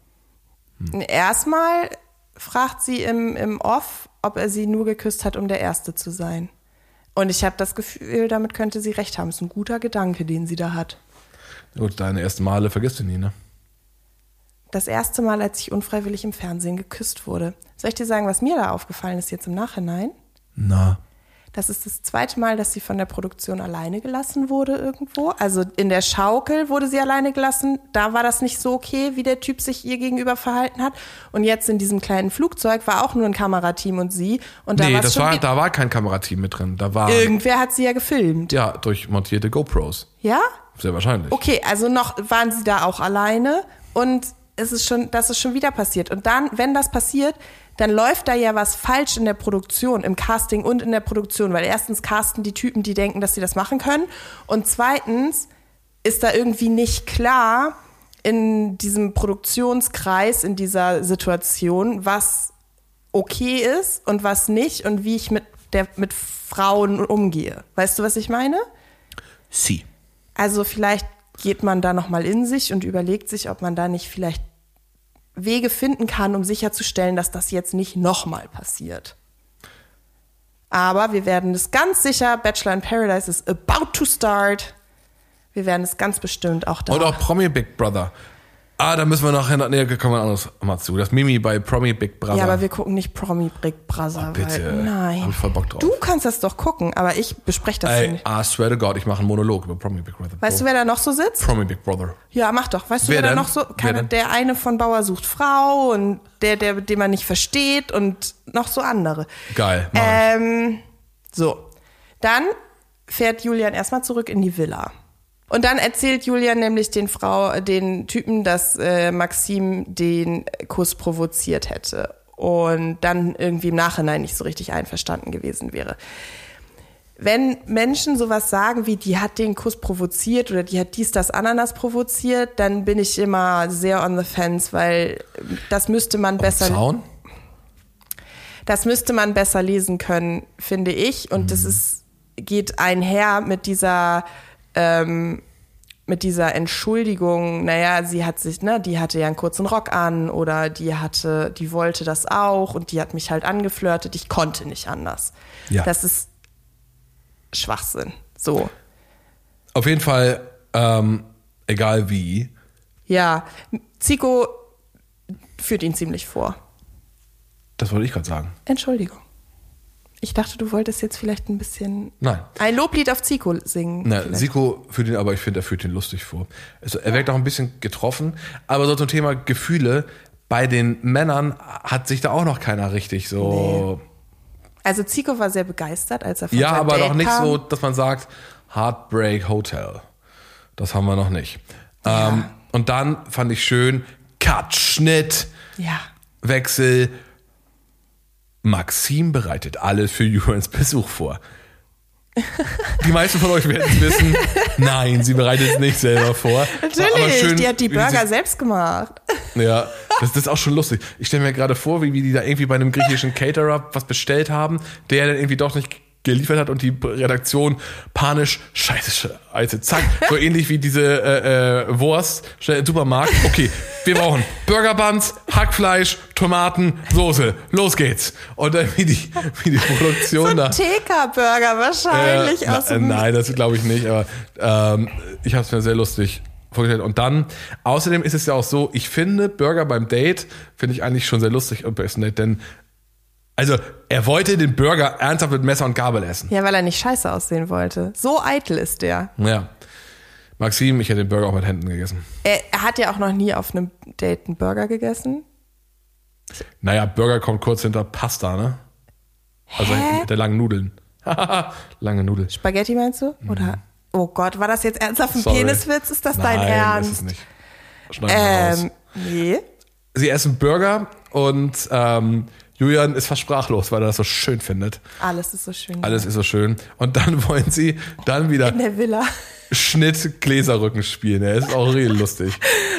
Speaker 2: Erstmal fragt sie im, im Off, ob er sie nur geküsst hat, um der Erste zu sein. Und ich habe das Gefühl, damit könnte sie recht haben. Das ist ein guter Gedanke, den sie da hat.
Speaker 1: Gut, deine ersten Male vergisst du nie, ne?
Speaker 2: Das erste Mal, als ich unfreiwillig im Fernsehen geküsst wurde. Soll ich dir sagen, was mir da aufgefallen ist jetzt im Nachhinein?
Speaker 1: Na.
Speaker 2: Das ist das zweite Mal, dass sie von der Produktion alleine gelassen wurde irgendwo. Also in der Schaukel wurde sie alleine gelassen. Da war das nicht so okay, wie der Typ sich ihr gegenüber verhalten hat. Und jetzt in diesem kleinen Flugzeug war auch nur ein Kamerateam und sie. Und da
Speaker 1: Nee,
Speaker 2: war's
Speaker 1: das
Speaker 2: schon
Speaker 1: war,
Speaker 2: wie-
Speaker 1: da war kein Kamerateam mit drin. Da war,
Speaker 2: Irgendwer hat sie ja gefilmt.
Speaker 1: ja, durch montierte GoPros.
Speaker 2: Ja?
Speaker 1: Sehr wahrscheinlich.
Speaker 2: Okay, also noch waren sie da auch alleine und es ist schon, das ist schon wieder passiert. Und dann, wenn das passiert, dann läuft da ja was falsch in der Produktion, im Casting und in der Produktion. Weil erstens casten die Typen, die denken, dass sie das machen können. Und zweitens ist da irgendwie nicht klar in diesem Produktionskreis, in dieser Situation, was okay ist und was nicht und wie ich mit, der, mit Frauen umgehe. Weißt du, was ich meine?
Speaker 1: Sie.
Speaker 2: Also vielleicht geht man da nochmal in sich und überlegt sich, ob man da nicht vielleicht Wege finden kann, um sicherzustellen, dass das jetzt nicht nochmal passiert. Aber wir werden es ganz sicher, Bachelor in Paradise is about to start. Wir werden es ganz bestimmt auch da.
Speaker 1: Und auch Promi Big Brother. Ah, da müssen wir nachher, nee, kommen wir anderes mal zu. Das Mimi bei Promi Big Brother.
Speaker 2: Ja, aber wir gucken nicht Promi Big Brother.
Speaker 1: Oh, bitte.
Speaker 2: Weil, nein.
Speaker 1: Hab ich voll Bock drauf.
Speaker 2: Du kannst das doch gucken, aber ich bespreche das
Speaker 1: Ey,
Speaker 2: nicht.
Speaker 1: I swear to God, ich mache einen Monolog über Promi Big Brother.
Speaker 2: Weißt du, wer da noch so sitzt?
Speaker 1: Promi Big Brother.
Speaker 2: Ja, mach doch. Weißt du,
Speaker 1: Wer
Speaker 2: wer, da
Speaker 1: denn?
Speaker 2: noch so?
Speaker 1: Wer
Speaker 2: Keine,
Speaker 1: denn?
Speaker 2: der eine von Bauer sucht Frau und der, der, den man nicht versteht und noch so andere.
Speaker 1: Geil, mach ich.
Speaker 2: Ähm, so. Dann fährt Julian erstmal zurück in die Villa. Und dann erzählt Julian nämlich den Frau, den Typen, dass äh, Maxim den Kuss provoziert hätte. Und dann irgendwie im Nachhinein nicht so richtig einverstanden gewesen wäre. Wenn Menschen sowas sagen wie, die hat den Kuss provoziert oder die hat dies, das, Ananas provoziert, dann bin ich immer sehr on the fence, weil das müsste man besser,
Speaker 1: Zaun?
Speaker 2: das müsste man besser lesen können, finde ich. Und das ist, geht einher mit dieser, ähm, mit dieser Entschuldigung, naja, sie hat sich, ne, die hatte ja einen kurzen Rock an oder die hatte, die wollte das auch und die hat mich halt angeflirtet, ich konnte nicht anders.
Speaker 1: Ja.
Speaker 2: Das ist Schwachsinn. So.
Speaker 1: Auf jeden Fall, ähm, egal wie.
Speaker 2: Ja, Zico führt ihn ziemlich vor.
Speaker 1: Das wollte ich gerade sagen.
Speaker 2: Entschuldigung. Ich dachte, du wolltest jetzt vielleicht ein bisschen
Speaker 1: Nein.
Speaker 2: ein Loblied auf Zico singen.
Speaker 1: Na, Zico führt ihn, aber ich finde, er führt ihn lustig vor. Also, er wirkt auch ein bisschen getroffen, aber so zum Thema Gefühle, bei den Männern hat sich da auch noch keiner richtig so...
Speaker 2: Nee. Also Zico war sehr begeistert, als er von
Speaker 1: Ja,
Speaker 2: seinem
Speaker 1: aber
Speaker 2: Date
Speaker 1: doch nicht
Speaker 2: kam.
Speaker 1: so, dass man sagt, Heartbreak Hotel. Das haben wir noch nicht.
Speaker 2: Ja.
Speaker 1: Ähm, und dann fand ich schön, Cut, Schnitt,
Speaker 2: Ja.
Speaker 1: Wechsel. Maxim bereitet alles für Julians Besuch vor. Die meisten von euch werden es wissen. Nein, sie bereitet es nicht selber vor.
Speaker 2: Natürlich,
Speaker 1: Aber schön,
Speaker 2: die hat die
Speaker 1: wie
Speaker 2: Burger
Speaker 1: sie-
Speaker 2: selbst gemacht.
Speaker 1: Ja, das, das ist auch schon lustig. Ich stelle mir gerade vor, wie, wie die da irgendwie bei einem griechischen Caterer was bestellt haben, der dann irgendwie doch nicht geliefert hat und die Redaktion panisch, scheiße, scheiße, zack, so ähnlich wie diese äh, äh, Wurst, schnell im Supermarkt. Okay, wir brauchen Burger Buns, Hackfleisch, Tomaten, Soße, los geht's. Und dann wie die, wie die Produktion
Speaker 2: So ein
Speaker 1: da...
Speaker 2: T K-Burger wahrscheinlich.
Speaker 1: Äh, na,
Speaker 2: aus
Speaker 1: äh,
Speaker 2: dem
Speaker 1: nein, das glaube ich nicht, aber ähm, ich habe es mir sehr lustig vorgestellt. Und dann, außerdem ist es ja auch so, ich finde Burger beim Date, finde ich eigentlich schon sehr lustig und besten Date, denn also er wollte den Burger ernsthaft mit Messer und Gabel essen.
Speaker 2: Ja, weil er nicht scheiße aussehen wollte. So eitel ist der.
Speaker 1: Ja. Maxim, ich hätte den Burger auch mit Händen gegessen.
Speaker 2: Er, er hat ja auch noch nie auf einem Date einen Burger gegessen.
Speaker 1: Naja, Burger kommt kurz hinter Pasta, ne? Also
Speaker 2: Hä?
Speaker 1: mit der langen Nudeln. Lange Nudeln.
Speaker 2: Spaghetti meinst du? Oder? Oh Gott, war das jetzt ernsthaft ein
Speaker 1: Sorry.
Speaker 2: Peniswitz? Ist das
Speaker 1: Nein,
Speaker 2: dein Ernst?
Speaker 1: ist es nicht. Schneiden wir raus.
Speaker 2: Ähm, nee.
Speaker 1: Sie essen Burger und ähm, Julian ist fast sprachlos, weil er das so schön findet.
Speaker 2: Alles ist so schön.
Speaker 1: Alles ist so schön. Und dann wollen sie dann wieder
Speaker 2: in der Villa.
Speaker 1: Schnitt Gläserrücken spielen. Er ist auch real lustig.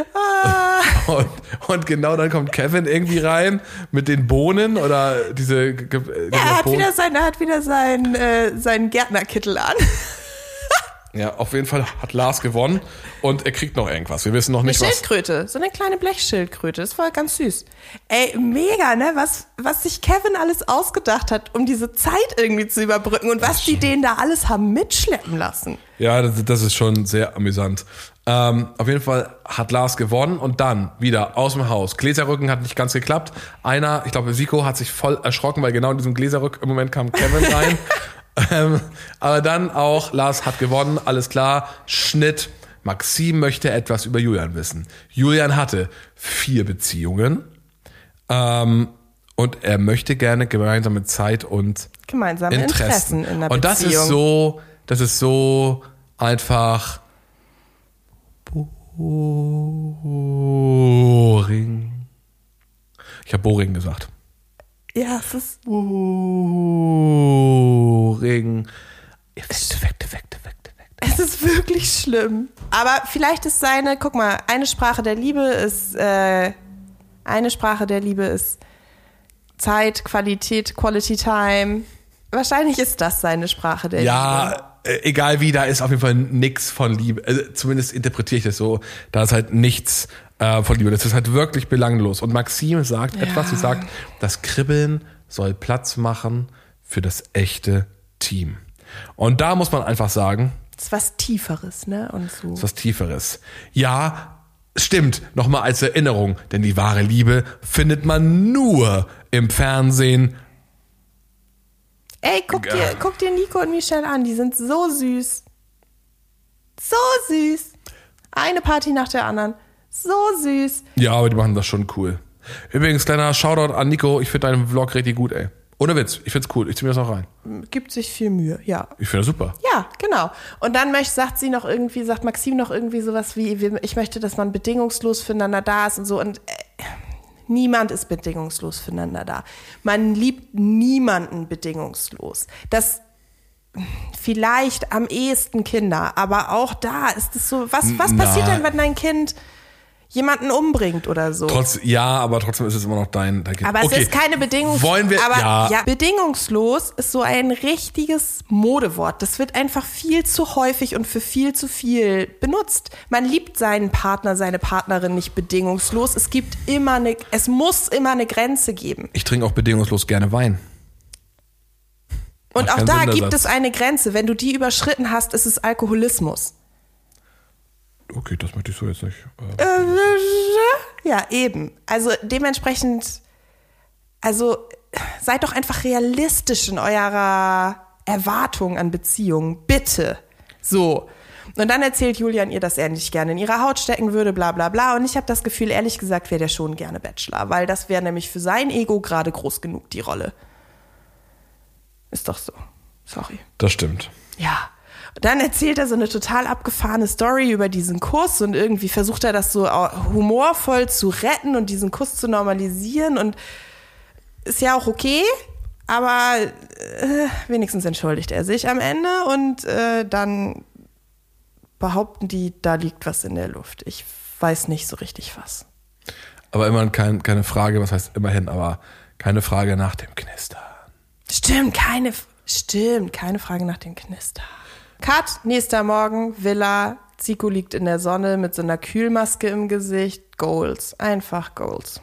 Speaker 1: Und, und genau dann kommt Kevin irgendwie rein mit den Bohnen oder diese, ge- ge-
Speaker 2: Er hat
Speaker 1: Bohnen.
Speaker 2: wieder, sein, er hat wieder sein, äh, seinen Gärtnerkittel an.
Speaker 1: Ja, auf jeden Fall hat Lars gewonnen und er kriegt noch irgendwas. Wir wissen noch
Speaker 2: Eine
Speaker 1: nicht was.
Speaker 2: Schildkröte, so eine kleine Blechschildkröte. Das war ganz süß. Ey, mega, ne? Was, was sich Kevin alles ausgedacht hat, um diese Zeit irgendwie zu überbrücken und was die denen da alles haben mitschleppen lassen.
Speaker 1: Ja, das, das ist schon sehr amüsant. Ähm, auf jeden Fall hat Lars gewonnen und dann wieder aus dem Haus. Gläserrücken hat nicht ganz geklappt. Einer, ich glaube, Vico hat sich voll erschrocken, weil genau in diesem Gläserrücken im Moment kam Kevin rein. ähm, aber dann auch, Lars hat gewonnen, alles klar. Schnitt. Maxim möchte etwas über Julian wissen. Julian hatte vier Beziehungen ähm, und er möchte gerne gemeinsame Zeit und
Speaker 2: Gemeinsame Interessen,
Speaker 1: Interessen.
Speaker 2: in der
Speaker 1: Und das
Speaker 2: Beziehung.
Speaker 1: ist so, das ist so einfach boring. Ich habe boring gesagt.
Speaker 2: Ja, es ist.
Speaker 1: Boring. Effekte, Effekte, Effekte, Effekte, Effekte.
Speaker 2: Es ist wirklich schlimm. Aber vielleicht ist seine, guck mal, eine Sprache der Liebe ist, äh, eine Sprache der Liebe ist Zeit, Qualität, Quality Time. Wahrscheinlich ist das seine Sprache der Liebe.
Speaker 1: Ja, äh, egal wie, da ist auf jeden Fall nix von Liebe. Also zumindest interpretiere ich das so. Da ist halt nichts äh, von Liebe. Das ist halt wirklich belanglos. Und Maxim sagt
Speaker 2: Ja.
Speaker 1: etwas, sie sagt, das Kribbeln soll Platz machen für das echte Team. Und da muss man einfach sagen,
Speaker 2: Das ist was Tieferes, ne? Und so.
Speaker 1: das ist was Tieferes. Ja, stimmt, nochmal als Erinnerung, denn die wahre Liebe findet man nur im Fernsehen.
Speaker 2: Ey, guck dir, guck dir Nico und Michelle an, die sind so süß. So süß. Eine Party nach der anderen. So süß.
Speaker 1: Ja, aber die machen das schon cool. Übrigens, kleiner Shoutout an Nico, ich finde deinen Vlog richtig gut, ey. Ohne Witz, ich find's cool, ich zieh mir das auch rein.
Speaker 2: Gibt sich viel Mühe, ja.
Speaker 1: Ich finde das super.
Speaker 2: Ja, genau. Und dann möchte, sagt sie noch irgendwie, sagt Maxim noch irgendwie sowas wie, wir- ich möchte, dass man bedingungslos füreinander da ist und so. Und äh, niemand ist bedingungslos füreinander da. Man liebt niemanden bedingungslos. Das vielleicht am ehesten Kinder, aber auch da ist es so, was, was
Speaker 1: Na.
Speaker 2: passiert denn, wenn dein Kind jemanden umbringt oder so?
Speaker 1: Trotz, ja, aber trotzdem ist es immer noch dein, dein Kind.
Speaker 2: Aber
Speaker 1: Okay.
Speaker 2: es ist keine Bedingung.
Speaker 1: Wollen wir,
Speaker 2: aber
Speaker 1: ja.
Speaker 2: ja, bedingungslos ist so ein richtiges Modewort. Das wird einfach viel zu häufig und für viel zu viel benutzt. Man liebt seinen Partner, seine Partnerin nicht bedingungslos. Es gibt immer eine, es muss immer eine Grenze geben.
Speaker 1: Ich trinke auch bedingungslos gerne Wein.
Speaker 2: Und
Speaker 1: Macht
Speaker 2: auch
Speaker 1: keinen
Speaker 2: da
Speaker 1: Sinn, der
Speaker 2: gibt
Speaker 1: Satz.
Speaker 2: es eine Grenze. Wenn du die überschritten hast, ist es Alkoholismus.
Speaker 1: Okay, das möchte ich so jetzt nicht.
Speaker 2: Äh, ja, eben. Also dementsprechend, also seid doch einfach realistisch in eurer Erwartung an Beziehungen. Bitte. So. Und dann erzählt Julian ihr, dass er nicht gerne in ihrer Haut stecken würde, bla bla bla. Und ich habe das Gefühl, ehrlich gesagt, wäre der schon gerne Bachelor. Weil das wäre nämlich für sein Ego gerade groß genug, die Rolle. Ist doch so. Sorry.
Speaker 1: Das stimmt.
Speaker 2: Ja. Und dann erzählt er so eine total abgefahrene Story über diesen Kuss und irgendwie versucht er das so humorvoll zu retten und diesen Kuss zu normalisieren und ist ja auch okay, aber äh, wenigstens entschuldigt er sich am Ende und äh, dann behaupten die, da liegt was in der Luft. Ich weiß nicht so richtig was.
Speaker 1: Aber immerhin kein, keine Frage, was heißt immerhin, aber keine Frage nach dem Knistern.
Speaker 2: Stimmt, keine, stimmt, keine Frage nach dem Knistern. Cut, nächster Morgen, Villa, Zico liegt in der Sonne mit so einer Kühlmaske im Gesicht. Goals, einfach Goals.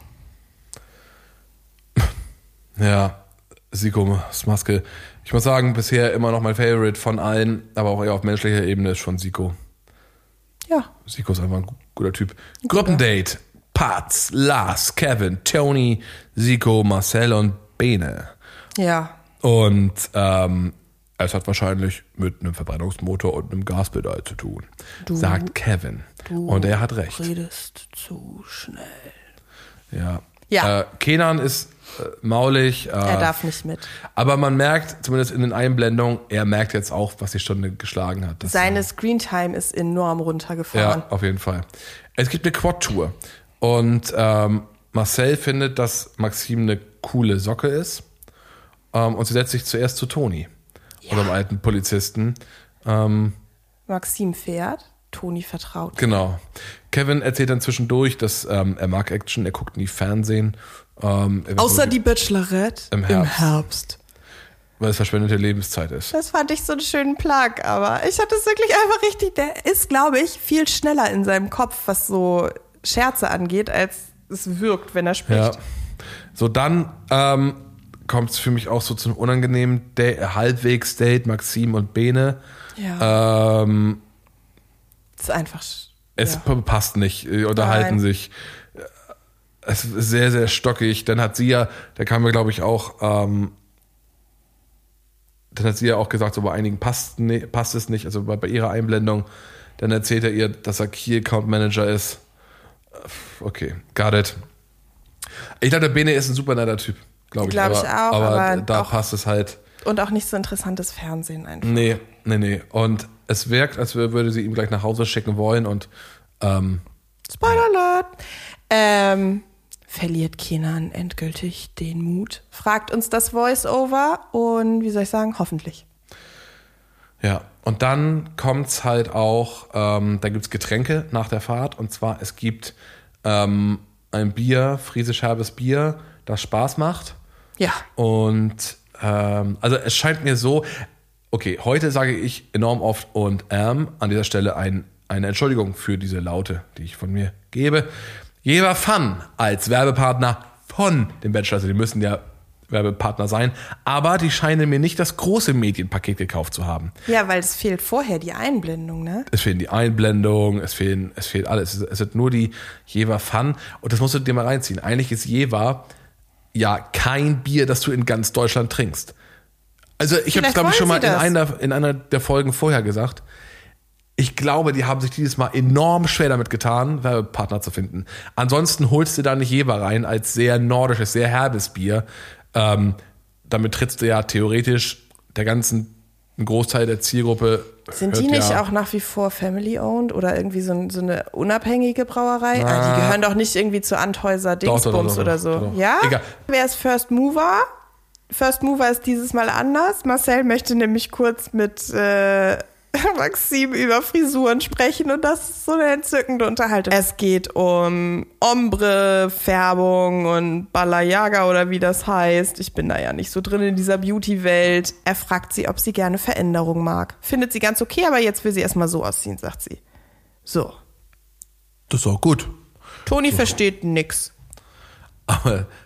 Speaker 1: Ja, Sicos Maske. Ich muss sagen, bisher immer noch mein Favorite von allen, aber auch eher auf menschlicher Ebene ist schon Sico.
Speaker 2: Ja.
Speaker 1: Sico ist einfach ein guter Typ. Gruppendate. Paz, Lars, Kevin, Tony, Sico, Marcel und Bene.
Speaker 2: Ja.
Speaker 1: Und ähm, es hat wahrscheinlich mit einem Verbrennungsmotor und einem Gaspedal zu tun,
Speaker 2: Du-
Speaker 1: sagt Kevin.
Speaker 2: Du
Speaker 1: Und er hat recht.
Speaker 2: redest zu schnell.
Speaker 1: Ja.
Speaker 2: Ja.
Speaker 1: Äh, Kenan ist äh, maulig. Äh,
Speaker 2: Er darf nicht mit.
Speaker 1: Aber man merkt, zumindest in den Einblendungen, er merkt jetzt auch, was die Stunde geschlagen hat. Das,
Speaker 2: Seine Screentime ist enorm runtergefahren.
Speaker 1: Ja, auf jeden Fall. Es gibt eine Quad-Tour. Und ähm, Marcel findet, dass Maxim eine coole Socke ist. Ähm, und sie setzt sich zuerst zu Toni, unserem alten Polizisten. Ähm,
Speaker 2: Maxim fährt, Toni vertraut.
Speaker 1: genau. Kevin erzählt dann zwischendurch, dass ähm, er mag Action, er guckt nie Fernsehen. Ähm, er wird
Speaker 2: Außer
Speaker 1: wohl-
Speaker 2: die Bachelorette
Speaker 1: Im Herbst.
Speaker 2: Herbst.
Speaker 1: Weil es verschwendete Lebenszeit ist.
Speaker 2: Das fand ich so einen schönen Plug, aber ich hatte es wirklich einfach richtig, der ist, glaube ich, viel schneller in seinem Kopf, was so Scherze angeht, als es wirkt, wenn er spricht.
Speaker 1: Ja. So, dann ähm, kommt es für mich auch so zum unangenehmen Da- Halbwegs-Date, Maxim und Bene.
Speaker 2: Ja.
Speaker 1: Ähm,
Speaker 2: Es ist einfach. sch-
Speaker 1: es
Speaker 2: ja.
Speaker 1: p- passt nicht, äh, unterhalten
Speaker 2: Nein.
Speaker 1: sich. Es ist sehr, sehr stockig. Dann hat sie ja, da kam mir glaube ich auch, ähm, dann hat sie ja auch gesagt, so bei einigen passt, ne, passt es nicht, also bei, bei ihrer Einblendung. Dann erzählt er ihr, dass er Key Account Manager ist. Okay, got it. Ich glaube, der Bene ist ein super netter Typ, glaube ich.
Speaker 2: Glaub ich
Speaker 1: aber,
Speaker 2: auch,
Speaker 1: aber,
Speaker 2: aber
Speaker 1: da
Speaker 2: auch-
Speaker 1: passt es halt.
Speaker 2: Und auch nicht so interessantes Fernsehen einfach.
Speaker 1: Nee, nee, nee. Und es wirkt, als würde sie ihn gleich nach Hause schicken wollen und ähm,
Speaker 2: Spoiler Alert! Ähm, verliert Kenan endgültig den Mut? Fragt uns das Voice-Over und wie soll ich sagen, hoffentlich.
Speaker 1: ja. Und dann kommt's halt auch, ähm, da gibt's Getränke nach der Fahrt und zwar es gibt ähm, ein Bier, friesisch herbes Bier, das Spaß macht.
Speaker 2: Ja.
Speaker 1: Und ähm, also es scheint mir so, okay, heute sage ich enorm oft und ähm, an dieser Stelle ein, eine Entschuldigung für diese Laute, die ich von mir gebe. Jever Fun als Werbepartner von dem Bachelor, also die müssen ja Werbepartner sein, aber die scheinen mir nicht das große Medienpaket gekauft zu haben.
Speaker 2: Ja, weil es fehlt vorher die Einblendung, ne?
Speaker 1: Es fehlen die Einblendungen, es fehlen, es fehlt alles. Es sind nur die Jever Fun und das musst du dir mal reinziehen. Eigentlich ist Jever ja kein Bier, das du in ganz Deutschland trinkst. Also ich habe es,
Speaker 2: Vielleicht
Speaker 1: glaube ich, schon mal
Speaker 2: wollen sie
Speaker 1: in
Speaker 2: das.
Speaker 1: einer, in einer der Folgen vorher gesagt. Ich glaube, die haben sich dieses Mal enorm schwer damit getan, Werbepartner zu finden. Ansonsten holst du da nicht Jever rein als sehr nordisches, sehr herbes Bier. Ähm, damit trittst du ja theoretisch der ganzen, einen Großteil der Zielgruppe.
Speaker 2: Sind
Speaker 1: hört
Speaker 2: die nicht
Speaker 1: ja,
Speaker 2: auch nach wie vor family-owned oder irgendwie so, ein, so eine unabhängige Brauerei?
Speaker 1: Na.
Speaker 2: Ah, die gehören doch nicht irgendwie zu Anthäuser
Speaker 1: Doch, doch, doch,
Speaker 2: Dingsbums
Speaker 1: doch,
Speaker 2: oder
Speaker 1: doch,
Speaker 2: so.
Speaker 1: doch.
Speaker 2: Ja?
Speaker 1: Egal.
Speaker 2: Wer ist First Mover? First Mover ist dieses Mal anders. Marcel möchte nämlich kurz mit äh, Maxim über Frisuren sprechen und das ist so eine entzückende Unterhaltung. Es geht um Ombre, Färbung und Balayaga oder wie das heißt. Ich bin da ja nicht so drin in dieser Beauty-Welt. Er fragt sie, ob sie gerne Veränderung mag. Findet sie ganz okay, aber jetzt will sie erstmal so ausziehen, sagt sie. So.
Speaker 1: Das ist auch gut.
Speaker 2: Toni versteht nix.
Speaker 1: Aber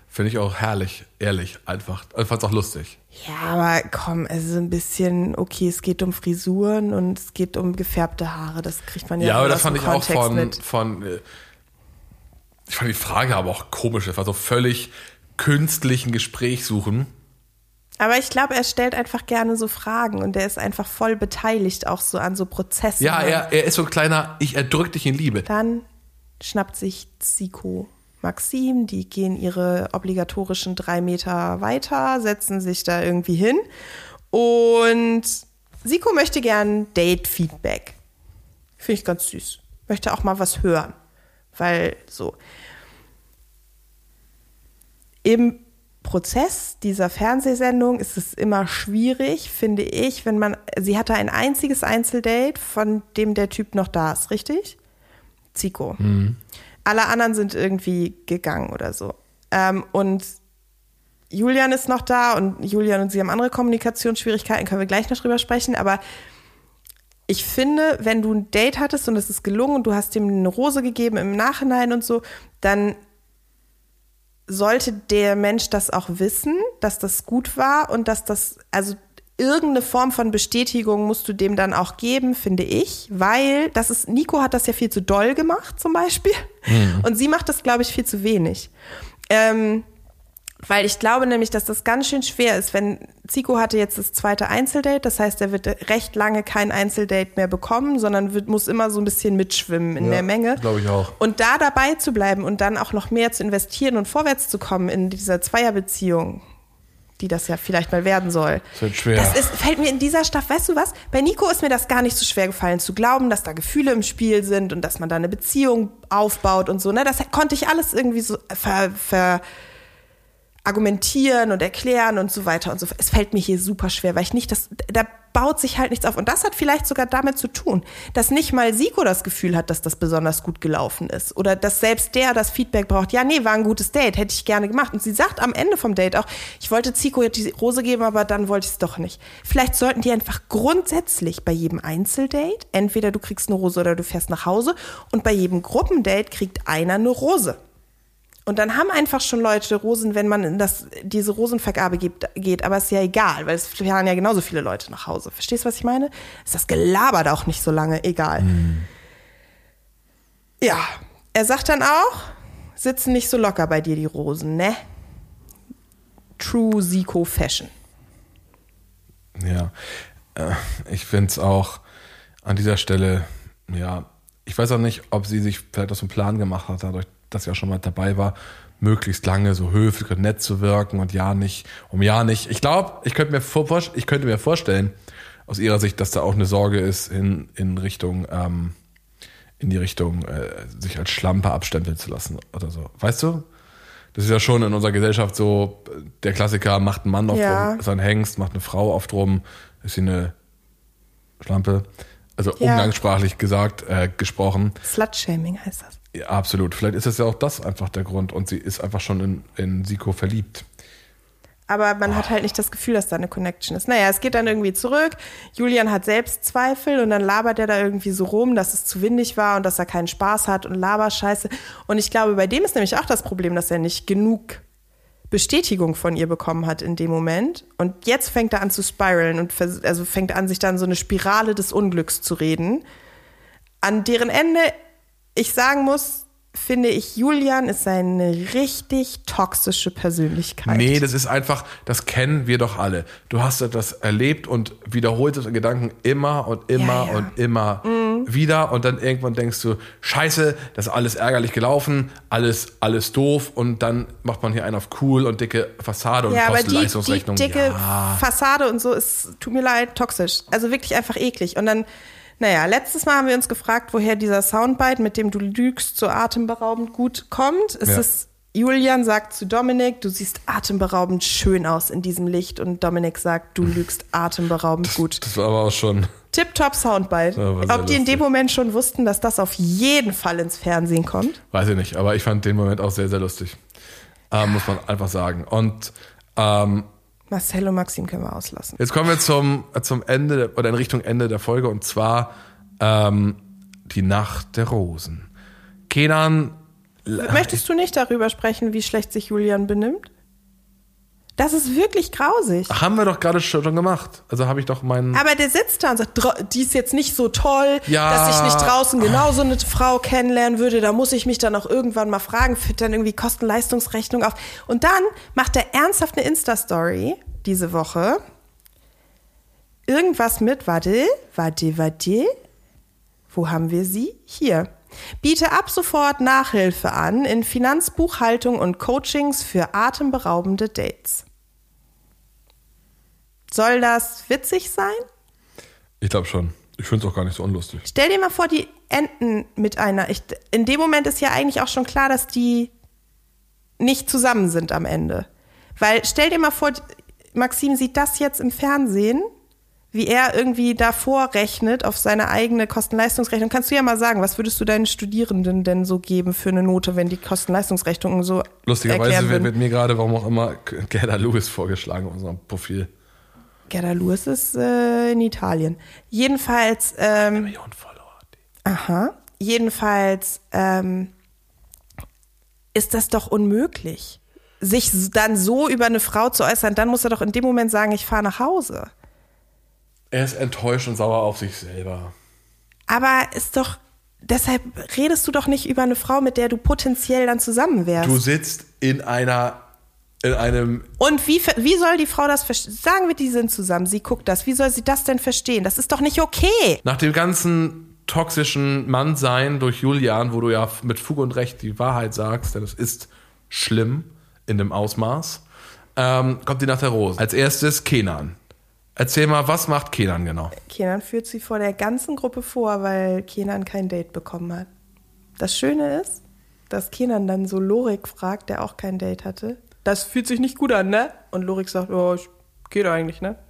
Speaker 1: Finde ich auch herrlich, ehrlich, einfach. Ich fand's auch lustig.
Speaker 2: Ja, aber komm, es ist ein bisschen, okay, es geht um Frisuren und es geht um gefärbte Haare. Das kriegt man ja
Speaker 1: Ja, aber
Speaker 2: aus
Speaker 1: das fand
Speaker 2: dem
Speaker 1: ich auch
Speaker 2: Kontext
Speaker 1: von,
Speaker 2: mit.
Speaker 1: von, äh, ich fand die Frage aber auch komisch. Das war so völlig künstlichen Gespräch suchen.
Speaker 2: Aber ich glaube, er stellt einfach gerne so Fragen und er ist einfach voll beteiligt auch so an so Prozessen.
Speaker 1: Ja, er, er ist so ein kleiner, ich erdrück dich in Liebe.
Speaker 2: Dann schnappt sich Zico Maxim, die gehen ihre obligatorischen drei Meter weiter, setzen sich da irgendwie hin und Zico möchte gern Date-Feedback. Finde ich ganz süß. Möchte auch mal was hören, weil so im Prozess dieser Fernsehsendung ist es immer schwierig, finde ich, wenn man, sie hatte ein einziges Einzeldate, von dem der Typ noch da ist, richtig? Zico. Mhm. Alle anderen sind irgendwie gegangen oder so. Ähm, und Julian ist noch da und Julian und sie haben andere Kommunikationsschwierigkeiten, können wir gleich noch drüber sprechen, aber ich finde, wenn du ein Date hattest und es ist gelungen und du hast ihm eine Rose gegeben im Nachhinein und so, dann sollte der Mensch das auch wissen, dass das gut war und dass das, also irgendeine Form von Bestätigung musst du dem dann auch geben, finde ich, weil das ist, Nico hat das ja viel zu doll gemacht zum Beispiel mhm. und sie macht das, glaube ich, viel zu wenig. Ähm, weil ich glaube nämlich, dass das ganz schön schwer ist, wenn Zico hatte jetzt das zweite Einzeldate, das heißt, er wird recht lange kein Einzeldate mehr bekommen, sondern wird, muss immer so ein bisschen mitschwimmen in
Speaker 1: ja,
Speaker 2: der Menge.
Speaker 1: Glaube ich auch.
Speaker 2: Und da dabei zu bleiben und dann auch noch mehr zu investieren und vorwärts zu kommen in dieser Zweierbeziehung, die das ja vielleicht mal werden soll.
Speaker 1: Das wird schwer.
Speaker 2: Das ist, fällt mir in dieser Staffel, weißt du was? Bei Nico ist mir das gar nicht so schwer gefallen, zu glauben, dass da Gefühle im Spiel sind und dass man da eine Beziehung aufbaut und so. Ne? Das konnte ich alles irgendwie so ver, ver argumentieren und erklären und so weiter und so fort. Es fällt mir hier super schwer, weil ich nicht, das, da baut sich halt nichts auf. Und das hat vielleicht sogar damit zu tun, dass nicht mal Zico das Gefühl hat, dass das besonders gut gelaufen ist. Oder dass selbst der das Feedback braucht, ja, nee, war ein gutes Date, hätte ich gerne gemacht. Und sie sagt am Ende vom Date auch, ich wollte Zico die Rose geben, aber dann wollte ich es doch nicht. Vielleicht sollten die einfach grundsätzlich bei jedem Einzeldate, entweder du kriegst eine Rose oder du fährst nach Hause, und bei jedem Gruppendate kriegt einer eine Rose. Und dann haben einfach schon Leute Rosen, wenn man in das, diese Rosenvergabe gibt, geht. Aber ist ja egal, weil es fahren ja genauso viele Leute nach Hause. Verstehst du, was ich meine? Ist das gelabert auch nicht so lange, egal. Mhm. Ja, er sagt dann auch, sitzen nicht so locker bei dir die Rosen, ne? True Zico Fashion.
Speaker 1: Ja, äh, ich finde es auch an dieser Stelle, ja, ich weiß auch nicht, ob sie sich vielleicht aus dem Plan gemacht hat, dadurch, dass sie auch schon mal dabei war, möglichst lange so höflich und nett zu wirken und ja nicht, um ja nicht. Ich glaube, ich könnte mir, vor, ich könnte mir vorstellen, aus ihrer Sicht, dass da auch eine Sorge ist in, in Richtung, ähm, in die Richtung, äh, sich als Schlampe abstempeln zu lassen oder so. Weißt du? Das ist ja schon in unserer Gesellschaft so, der Klassiker macht einen Mann oft ja. drum, ist ein Hengst, macht eine Frau oft drum, ist sie eine Schlampe. Also ja. umgangssprachlich gesagt, äh, gesprochen.
Speaker 2: Slut-Shaming heißt das.
Speaker 1: Ja, absolut. Vielleicht ist es ja auch das einfach der Grund und sie ist einfach schon in, in Zico verliebt.
Speaker 2: Aber man oh. hat halt nicht das Gefühl, dass da eine Connection ist. Naja, es geht dann irgendwie zurück. Julian hat Selbstzweifel und dann labert er da irgendwie so rum, dass es zu windig war und dass er keinen Spaß hat und Laberscheiße. Und ich glaube, bei dem ist nämlich auch das Problem, dass er nicht genug Bestätigung von ihr bekommen hat in dem Moment. Und jetzt fängt er an zu spiralen und vers- also fängt an, sich dann so eine Spirale des Unglücks zu reden, an deren Ende ich sagen muss, finde ich, Julian ist eine richtig toxische Persönlichkeit.
Speaker 1: Nee, das ist einfach, das kennen wir doch alle. Du hast das erlebt und wiederholst es in Gedanken immer und immer ja, ja. und immer mhm. wieder und dann irgendwann denkst du, scheiße, das ist alles ärgerlich gelaufen, alles, alles doof und dann macht man hier einen auf cool und dicke Fassade und
Speaker 2: ja,
Speaker 1: Kostenleistungsrechnung.
Speaker 2: Ja, aber die, die dicke
Speaker 1: ja.
Speaker 2: Fassade und so ist, tut mir leid, toxisch. Also wirklich einfach eklig. Und dann Naja, letztes Mal haben wir uns gefragt, woher dieser Soundbite, mit dem du lügst, so atemberaubend gut kommt. Es ja. ist, Julian sagt zu Dominik, du siehst atemberaubend schön aus in diesem Licht. Und Dominik sagt, du lügst atemberaubend
Speaker 1: das,
Speaker 2: gut.
Speaker 1: Das war aber auch schon...
Speaker 2: Tipptopp Soundbite. Ob die in dem Moment schon wussten, dass das auf jeden Fall ins Fernsehen kommt?
Speaker 1: Weiß ich nicht, aber ich fand den Moment auch sehr, sehr lustig. Ähm, muss man einfach sagen. Und... Ähm,
Speaker 2: Marcel und Maxim können wir auslassen.
Speaker 1: Jetzt kommen wir zum, zum Ende oder in Richtung Ende der Folge und zwar ähm, die Nacht der Rosen. Kenan
Speaker 2: Möchtest du nicht darüber sprechen, wie schlecht sich Julian benimmt? Das ist wirklich grausig.
Speaker 1: Haben wir doch gerade schon gemacht. Also habe ich doch meinen...
Speaker 2: Aber der sitzt da und sagt, die ist jetzt nicht so toll,
Speaker 1: ja.
Speaker 2: dass ich nicht draußen genauso eine Frau kennenlernen würde. Da muss ich mich dann auch irgendwann mal fragen, führt dann irgendwie Kosten-Leistungsrechnung auf. Und dann macht er ernsthaft eine Insta-Story diese Woche. Irgendwas mit, warte, warte, warte. Wo haben wir sie? Hier. Biete ab sofort Nachhilfe an in Finanzbuchhaltung und Coachings für atemberaubende Dates. Soll das witzig sein?
Speaker 1: Ich glaube schon. Ich finde es auch gar nicht so unlustig.
Speaker 2: Stell dir mal vor, die enden mit einer. Ich, in dem Moment ist ja eigentlich auch schon klar, dass die nicht zusammen sind am Ende. Weil stell dir mal vor, Maxim sieht das jetzt im Fernsehen, wie er irgendwie davor rechnet auf seine eigene Kosten-Leistungsrechnung. Kannst du ja mal sagen, was würdest du deinen Studierenden denn so geben für eine Note, wenn die Kosten-Leistungsrechnungen so
Speaker 1: lustigerweise wird, wird mir gerade, warum auch immer, Gerda Lewis vorgeschlagen auf unserem Profil.
Speaker 2: Gerda Lewis ist äh, in Italien. Jedenfalls ähm,
Speaker 1: eine Million Follower.
Speaker 2: Aha. Jedenfalls ähm, ist das doch unmöglich, sich dann so über eine Frau zu äußern. Dann muss er doch in dem Moment sagen, ich fahre nach Hause.
Speaker 1: Er ist enttäuscht und sauer auf sich selber.
Speaker 2: Aber ist doch, deshalb redest du doch nicht über eine Frau, mit der du potenziell dann zusammen wärst.
Speaker 1: Du sitzt in einer, in einem...
Speaker 2: Und wie, wie soll die Frau das verstehen? Sagen wir, die sind zusammen, sie guckt das. Wie soll sie das denn verstehen? Das ist doch nicht okay.
Speaker 1: Nach dem ganzen toxischen Mannsein durch Julian, wo du ja mit Fug und Recht die Wahrheit sagst, denn es ist schlimm in dem Ausmaß, ähm, kommt die nach der Rose. Als erstes Kenan. Erzähl mal, was macht Kenan genau?
Speaker 2: Kenan führt sie vor der ganzen Gruppe vor, weil Kenan kein Date bekommen hat. Das Schöne ist, dass Kenan dann so Lorik fragt, der auch kein Date hatte. Das fühlt sich nicht gut an, ne? Und Lorik sagt, oh, ich geht eigentlich, ne?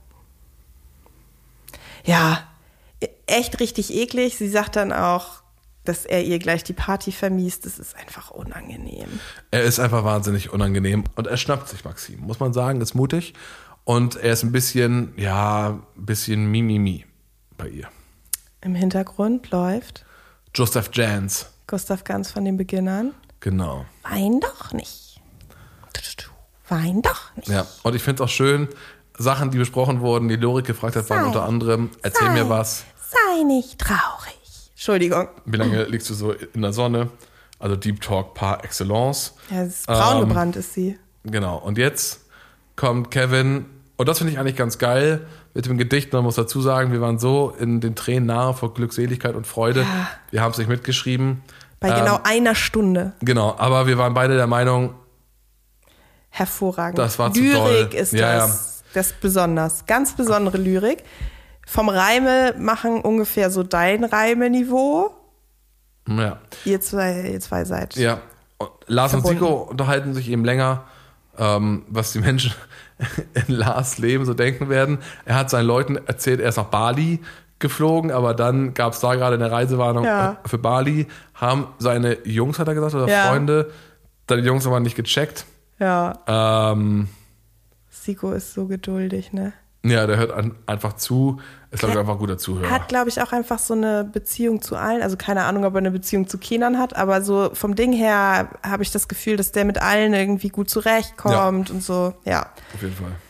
Speaker 2: Ja, echt richtig eklig. Sie sagt dann auch, dass er ihr gleich die Party vermiest. Das ist einfach unangenehm.
Speaker 1: Er ist einfach wahnsinnig unangenehm. Und er schnappt sich Maxim, muss man sagen, ist mutig. Und er ist ein bisschen, ja, ein bisschen Mimimi bei ihr.
Speaker 2: Im Hintergrund läuft
Speaker 1: Joseph Jans.
Speaker 2: Gustav Ganz von den Beginnern.
Speaker 1: Genau.
Speaker 2: Wein doch nicht. Wein doch nicht.
Speaker 1: Ja, und ich finde es auch schön, Sachen, die besprochen wurden, die Lorik gefragt hat, waren unter anderem, erzähl
Speaker 2: sei,
Speaker 1: mir was.
Speaker 2: Sei nicht traurig. Entschuldigung.
Speaker 1: Wie lange liegst du so in der Sonne? Also Deep Talk par excellence.
Speaker 2: Ja, es ist braun
Speaker 1: ähm,
Speaker 2: gebrannt, ist sie.
Speaker 1: Genau, und jetzt kommt Kevin, und das finde ich eigentlich ganz geil, mit dem Gedicht. Man muss dazu sagen, wir waren so in den Tränen nahe vor Glückseligkeit und Freude.
Speaker 2: Ja.
Speaker 1: Wir haben es nicht mitgeschrieben.
Speaker 2: Bei genau
Speaker 1: ähm,
Speaker 2: einer Stunde.
Speaker 1: Genau, aber wir waren beide der Meinung,
Speaker 2: hervorragend.
Speaker 1: Das war zu
Speaker 2: Lyrik
Speaker 1: doll.
Speaker 2: ist
Speaker 1: Ja,
Speaker 2: das, das besonders. Ganz besondere Lyrik. Vom Reime machen ungefähr so dein Reimeniveau.
Speaker 1: ja.
Speaker 2: Ihr zwei, ihr zwei seid.
Speaker 1: Ja, und Lars
Speaker 2: verbunden.
Speaker 1: und Siko unterhalten sich eben länger, ähm, was die Menschen in Lars Leben so denken werden. Er hat seinen Leuten erzählt, er ist nach Bali geflogen, aber dann gab es da gerade eine Reisewarnung
Speaker 2: Ja.
Speaker 1: für Bali, haben seine Jungs, hat er gesagt, oder
Speaker 2: Ja.
Speaker 1: Freunde, dann die Jungs aber nicht gecheckt.
Speaker 2: Ja.
Speaker 1: Ähm,
Speaker 2: Siko ist so geduldig, ne?
Speaker 1: ja, der hört an, einfach zu, ist glaube ich einfach ein guter Zuhörer.
Speaker 2: Hat, glaube ich, auch einfach so eine Beziehung zu allen. Also keine Ahnung, ob er eine Beziehung zu Kenan hat, aber so vom Ding her habe ich das Gefühl, dass der mit allen irgendwie gut zurechtkommt und so, ja.
Speaker 1: Auf jeden Fall.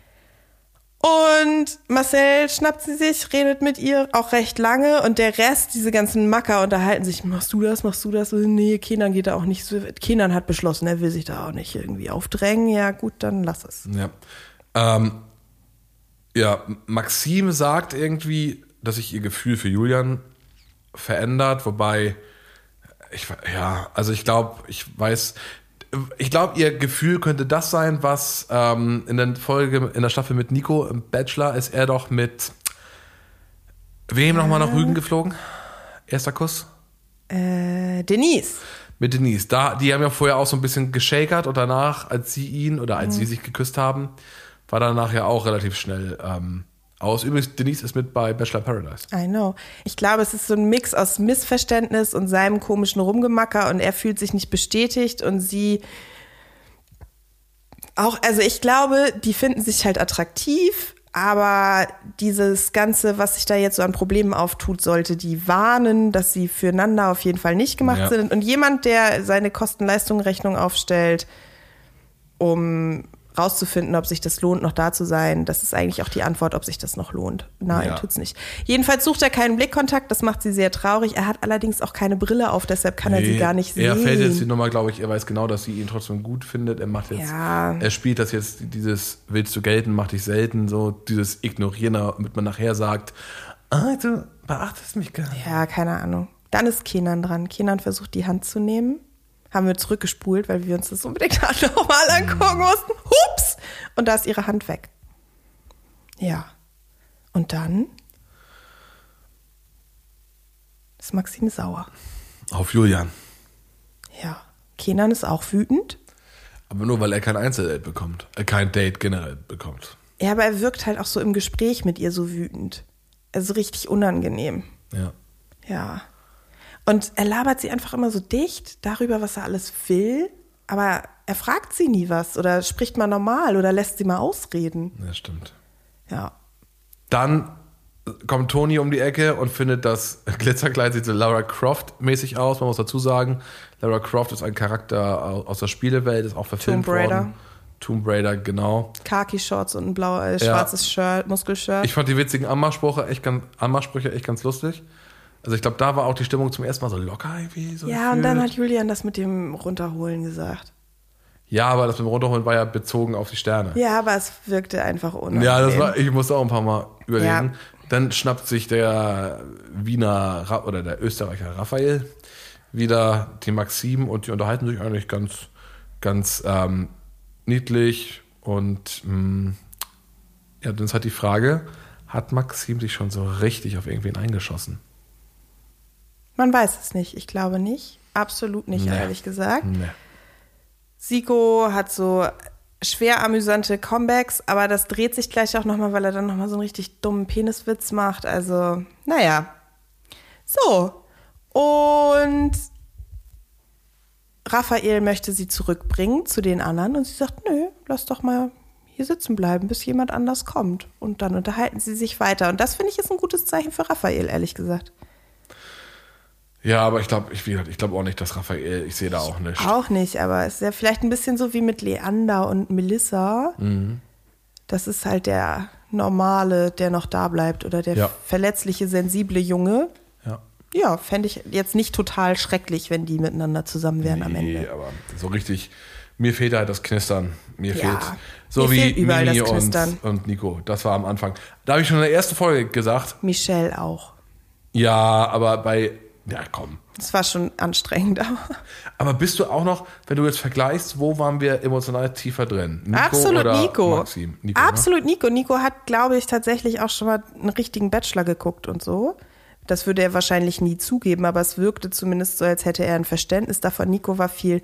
Speaker 2: Und Marcel schnappt sie sich, redet mit ihr auch recht lange und der Rest, diese ganzen Macker unterhalten sich, machst du das, machst du das? Nee, Kenan geht da auch nicht so, Kenan hat beschlossen, er will sich da auch nicht irgendwie aufdrängen. Ja gut, dann lass es.
Speaker 1: Ja. Ähm, ja, Maxim sagt irgendwie, dass sich ihr Gefühl für Julian verändert, wobei, ich, ja, also ich glaube, ich weiß, ich glaube, ihr Gefühl könnte das sein, was ähm, in der Folge, in der Staffel mit Nico im Bachelor ist er doch mit wem nochmal nach Rügen geflogen? Erster Kuss?
Speaker 2: Äh, Denise.
Speaker 1: Mit Denise. Da, die haben ja vorher auch so ein bisschen geschakert und danach, als sie ihn oder als
Speaker 2: Mhm.
Speaker 1: sie sich geküsst haben, war danach ja auch relativ schnell ähm, aus. Übrigens, Denise ist mit bei Bachelor in Paradise.
Speaker 2: I know. Ich glaube, es ist so ein Mix aus Missverständnis und seinem komischen Rumgemacker und er fühlt sich nicht bestätigt und sie auch, also ich glaube, die finden sich halt attraktiv, Aber dieses Ganze, was sich da jetzt so an Problemen auftut, sollte die warnen, dass sie füreinander auf jeden Fall nicht gemacht
Speaker 1: Ja.
Speaker 2: sind. Und jemand, der seine Kosten-Leistung-Rechnung aufstellt, um rauszufinden, ob sich das lohnt, noch da zu sein, das ist eigentlich auch die Antwort, ob sich das noch lohnt. Nein,
Speaker 1: Ja.
Speaker 2: tut's nicht. Jedenfalls sucht er keinen Blickkontakt, das macht sie sehr traurig. Er hat allerdings auch keine Brille auf, deshalb kann er sie gar nicht
Speaker 1: Er
Speaker 2: sehen.
Speaker 1: fällt jetzt die Nummer, glaube ich, er weiß genau, dass sie ihn trotzdem gut findet. Er macht jetzt,
Speaker 2: Ja.
Speaker 1: er spielt das jetzt, dieses willst du gelten, mach dich selten, so dieses Ignorieren, damit man nachher sagt, ah, du beachtest mich gar nicht.
Speaker 2: Ja, keine Ahnung. Dann ist Kenan dran. Kenan versucht, die Hand zu nehmen. Haben wir zurückgespult, weil wir uns das unbedingt nochmal angucken mussten. Hups! Und da ist ihre Hand weg. Ja. Und dann ist Maxim sauer.
Speaker 1: Auf Julian.
Speaker 2: Ja. Kenan ist auch wütend.
Speaker 1: Aber nur, weil er kein Einzeldate bekommt. Äh, kein Date generell bekommt.
Speaker 2: Ja, aber er wirkt halt auch so im Gespräch mit ihr so wütend. Also richtig unangenehm.
Speaker 1: Ja.
Speaker 2: Ja. Und er labert sie einfach immer so dicht darüber, was er alles will. Aber er fragt sie nie was oder spricht mal normal oder lässt sie mal ausreden.
Speaker 1: Das stimmt.
Speaker 2: Ja.
Speaker 1: Dann kommt Toni um die Ecke und findet, das Glitzerkleid sieht so Lara Croft-mäßig aus. Man muss dazu sagen, Lara Croft ist ein Charakter aus der Spielewelt, ist auch verfilmt
Speaker 2: Tomb Raider.
Speaker 1: worden. Tomb Raider, genau.
Speaker 2: Khaki-Shorts und ein blaues, äh, schwarzes Shirt, Muskelshirt.
Speaker 1: Ich fand die witzigen Anmachsprüche echt ganz, Anmachsprüche echt ganz lustig. Also ich glaube, da war auch die Stimmung zum ersten Mal so locker irgendwie. So
Speaker 2: ja, und dann hat Julian das mit dem Runterholen gesagt.
Speaker 1: Ja, aber das mit dem Runterholen war ja bezogen auf die Sterne.
Speaker 2: Ja, aber es wirkte einfach unangenehm.
Speaker 1: Ja, das war, ich musste auch ein paar Mal überlegen.
Speaker 2: Ja.
Speaker 1: Dann schnappt sich der Wiener Ra- oder der Österreicher Raphael wieder die Maxim und die unterhalten sich eigentlich ganz, ganz ähm, niedlich. Und mh, ja, dann ist halt die Frage, hat Maxim sich schon so richtig auf irgendwen eingeschossen?
Speaker 2: Man weiß es nicht. Ich glaube nicht. Absolut nicht,
Speaker 1: Nee.
Speaker 2: ehrlich gesagt.
Speaker 1: Nee.
Speaker 2: Siko hat so schwer amüsante Comebacks, aber das dreht sich gleich auch nochmal, weil er dann nochmal so einen richtig dummen Peniswitz macht. Also, naja. So. Und Raphael möchte sie zurückbringen zu den anderen und sie sagt, nö, lass doch mal hier sitzen bleiben, bis jemand anders kommt. Und dann unterhalten sie sich weiter. Und das finde ich ist ein gutes Zeichen für Raphael, ehrlich gesagt.
Speaker 1: Ja, aber ich glaube ich, ich glaub auch nicht, dass Raphael, ich sehe da auch nichts.
Speaker 2: Auch nicht, aber es ist ja vielleicht ein bisschen so wie mit Leander und Melissa.
Speaker 1: Mhm.
Speaker 2: Das ist halt der Normale, der noch da bleibt oder der
Speaker 1: Ja.
Speaker 2: verletzliche, sensible Junge.
Speaker 1: Ja.
Speaker 2: Ja, fände ich jetzt nicht total schrecklich, wenn die miteinander zusammen wären am
Speaker 1: Nee,
Speaker 2: Ende.
Speaker 1: aber so richtig, mir fehlt halt das Knistern. Mir
Speaker 2: Ja,
Speaker 1: fehlt so
Speaker 2: mir
Speaker 1: wie
Speaker 2: fehlt überall
Speaker 1: Mimi
Speaker 2: das
Speaker 1: und,
Speaker 2: Knistern.
Speaker 1: und Nico. Das war am Anfang. Da habe ich schon in der ersten Folge gesagt,
Speaker 2: Michelle auch.
Speaker 1: ja, aber bei, ja komm.
Speaker 2: Das war schon anstrengend. Aber
Speaker 1: Aber bist du auch noch, wenn du jetzt vergleichst, wo waren wir emotional tiefer drin? Nico
Speaker 2: Absolut
Speaker 1: oder
Speaker 2: Nico.
Speaker 1: Maxim? Nico, ne?
Speaker 2: Absolut Nico. Nico hat, glaube ich, tatsächlich auch schon mal einen richtigen Bachelor geguckt und so. Das würde er wahrscheinlich nie zugeben, aber es wirkte zumindest so, als hätte er ein Verständnis davon. Nico war viel.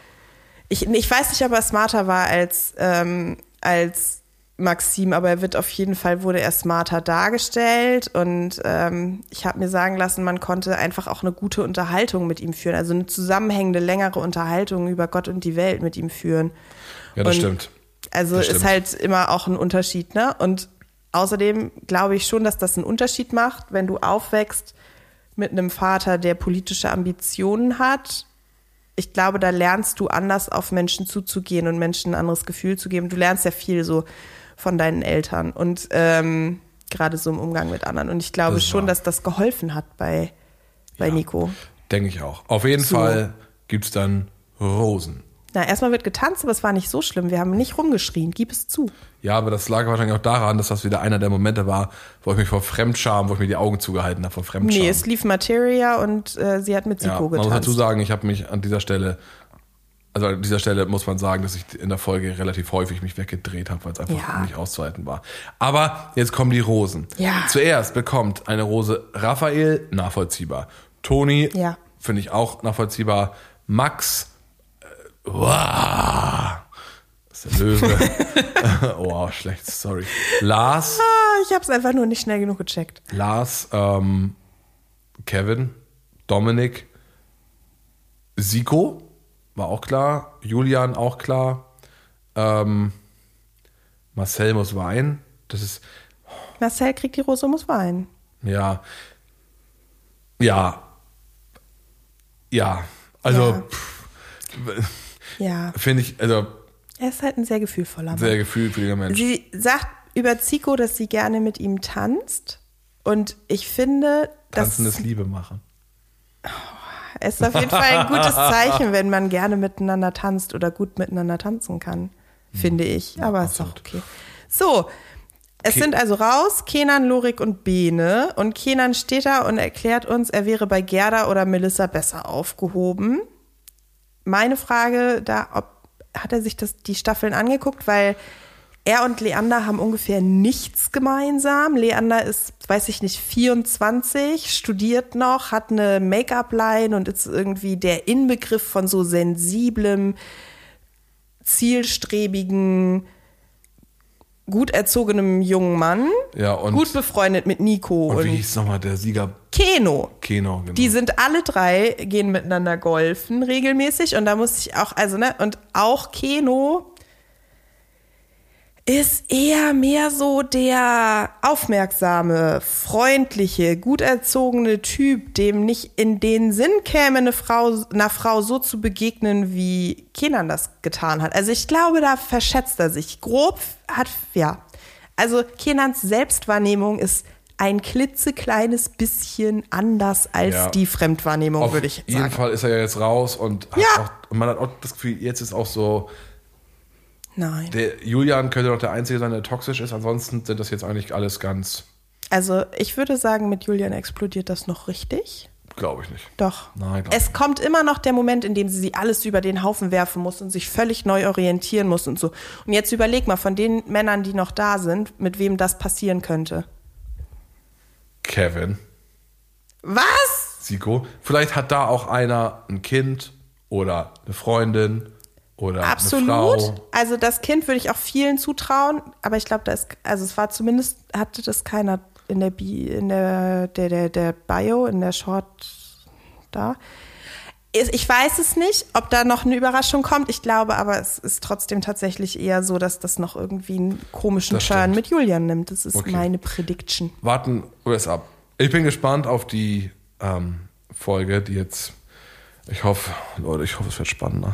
Speaker 2: Ich, ich weiß nicht, ob er smarter war als, ähm, als Maxim, aber er wird auf jeden Fall, wurde er smarter dargestellt und ähm, ich habe mir sagen lassen, man konnte einfach auch eine gute Unterhaltung mit ihm führen, also eine zusammenhängende, längere Unterhaltung über Gott und die Welt mit ihm führen.
Speaker 1: Ja, das
Speaker 2: Und
Speaker 1: stimmt.
Speaker 2: Also
Speaker 1: Das
Speaker 2: ist
Speaker 1: stimmt.
Speaker 2: halt immer auch ein Unterschied, ne? Und außerdem glaube ich schon, dass das einen Unterschied macht, wenn du aufwächst mit einem Vater, der politische Ambitionen hat. Ich glaube, da lernst du anders auf Menschen zuzugehen und Menschen ein anderes Gefühl zu geben. Du lernst ja viel so von deinen Eltern und ähm, gerade so im Umgang mit anderen. Und ich glaube
Speaker 1: Das ist
Speaker 2: schon,
Speaker 1: wahr.
Speaker 2: dass das geholfen hat bei, bei
Speaker 1: Ja.
Speaker 2: Nico.
Speaker 1: Denke ich auch. Auf jeden
Speaker 2: So.
Speaker 1: Fall gibt es dann Rosen.
Speaker 2: Na, erstmal wird getanzt, aber es war nicht so schlimm. Wir haben nicht rumgeschrien. Gib es zu.
Speaker 1: Ja, aber das lag wahrscheinlich auch daran, dass das wieder einer der Momente war, wo ich mich vor Fremdscham, wo ich mir die Augen zugehalten habe vor Fremdscham.
Speaker 2: Nee, es lief Materia und äh, sie hat mit
Speaker 1: ja,
Speaker 2: Siko
Speaker 1: man muss
Speaker 2: getanzt.
Speaker 1: dazu sagen, ich habe mich an dieser Stelle, also an dieser Stelle muss man sagen, dass ich in der Folge relativ häufig mich weggedreht habe, weil es einfach
Speaker 2: Ja.
Speaker 1: nicht auszuhalten war. Aber jetzt kommen die Rosen.
Speaker 2: Ja.
Speaker 1: Zuerst bekommt eine Rose Raphael, nachvollziehbar. Toni,
Speaker 2: Ja.
Speaker 1: finde ich auch nachvollziehbar. Max, äh, wow, das ist der Löwe. Oh, schlecht, sorry. Lars,
Speaker 2: Ah, ich habe es einfach nur nicht schnell genug gecheckt.
Speaker 1: Lars, ähm, Kevin, Dominik, Siko, war auch klar. Julian auch klar. Ähm, Marcel muss weinen. Das ist,
Speaker 2: Marcel kriegt die Rose, muss weinen.
Speaker 1: ja, ja, ja, also,
Speaker 2: Ja.
Speaker 1: pff,
Speaker 2: Ja,
Speaker 1: finde ich, also,
Speaker 2: er ist halt ein sehr gefühlvoller Mann.
Speaker 1: sehr gefühlvoller Mensch.
Speaker 2: Sie sagt über Zico, dass sie gerne mit ihm tanzt. Und ich finde,
Speaker 1: Tanzen
Speaker 2: das
Speaker 1: ist Liebe machen.
Speaker 2: ist auf jeden Fall ein gutes Zeichen, wenn man gerne miteinander tanzt oder gut miteinander tanzen kann, finde ich. Aber ist doch okay. So, es
Speaker 1: Okay.
Speaker 2: sind also raus Kenan, Lorik und Bene. Und Kenan steht da und erklärt uns, er wäre bei Gerda oder Melissa besser aufgehoben. Meine Frage da, ob hat er sich das, die Staffeln angeguckt, weil er und Leander haben ungefähr nichts gemeinsam. Leander ist, weiß ich nicht, vierundzwanzig, studiert noch, hat eine Make-up-Line und ist irgendwie der Inbegriff von so sensiblem, zielstrebigen, gut erzogenem jungen Mann.
Speaker 1: Ja, und,
Speaker 2: Gut befreundet mit Nico
Speaker 1: und
Speaker 2: und,
Speaker 1: wie hieß nochmal der Sieger?
Speaker 2: Keno.
Speaker 1: Keno, genau.
Speaker 2: Die sind alle drei, gehen miteinander golfen regelmäßig und da muss ich auch, also ne, und auch Keno ist eher mehr so der aufmerksame, freundliche, gut erzogene Typ, dem nicht in den Sinn käme, eine Frau, einer Frau so zu begegnen, wie Kenan das getan hat. Also ich glaube, da verschätzt er sich. Grob hat, ja. Also Kenans Selbstwahrnehmung ist ein klitzekleines bisschen anders als
Speaker 1: Ja.
Speaker 2: die Fremdwahrnehmung,
Speaker 1: Auf
Speaker 2: würde ich
Speaker 1: jeden
Speaker 2: sagen.
Speaker 1: Fall ist er ja jetzt raus und, hat
Speaker 2: Ja.
Speaker 1: auch, und man hat auch das Gefühl, jetzt ist auch so,
Speaker 2: Nein.
Speaker 1: der Julian könnte doch der Einzige sein, der toxisch ist. Ansonsten sind das jetzt eigentlich alles ganz,
Speaker 2: Also ich würde sagen, mit Julian explodiert das noch richtig.
Speaker 1: glaube ich nicht.
Speaker 2: Doch.
Speaker 1: Nein, glaub
Speaker 2: Es kommt immer noch der Moment, in dem sie sie alles über den Haufen werfen muss und sich völlig neu orientieren muss und so. Und jetzt überleg mal, von den Männern, die noch da sind, mit wem das passieren könnte.
Speaker 1: Kevin,
Speaker 2: Was?
Speaker 1: Siko, vielleicht hat da auch einer ein Kind oder eine Freundin oder eine
Speaker 2: Absolut.
Speaker 1: Frau.
Speaker 2: Also das Kind würde ich auch vielen zutrauen, aber ich glaube, da ist, also es war zumindest, hatte das keiner in der Bi, in der, der, der, der Bio, in der Short da. Ich weiß es nicht, ob da noch eine Überraschung kommt. Ich glaube aber, es ist trotzdem tatsächlich eher so, dass das noch irgendwie einen komischen
Speaker 1: Das
Speaker 2: Turn
Speaker 1: stimmt.
Speaker 2: mit Julian nimmt. Das ist
Speaker 1: Okay.
Speaker 2: meine Prediction.
Speaker 1: Warten wir es ab. Ich bin gespannt auf die ähm, Folge, die jetzt, ich hoffe, Leute, ich hoffe, es wird spannender.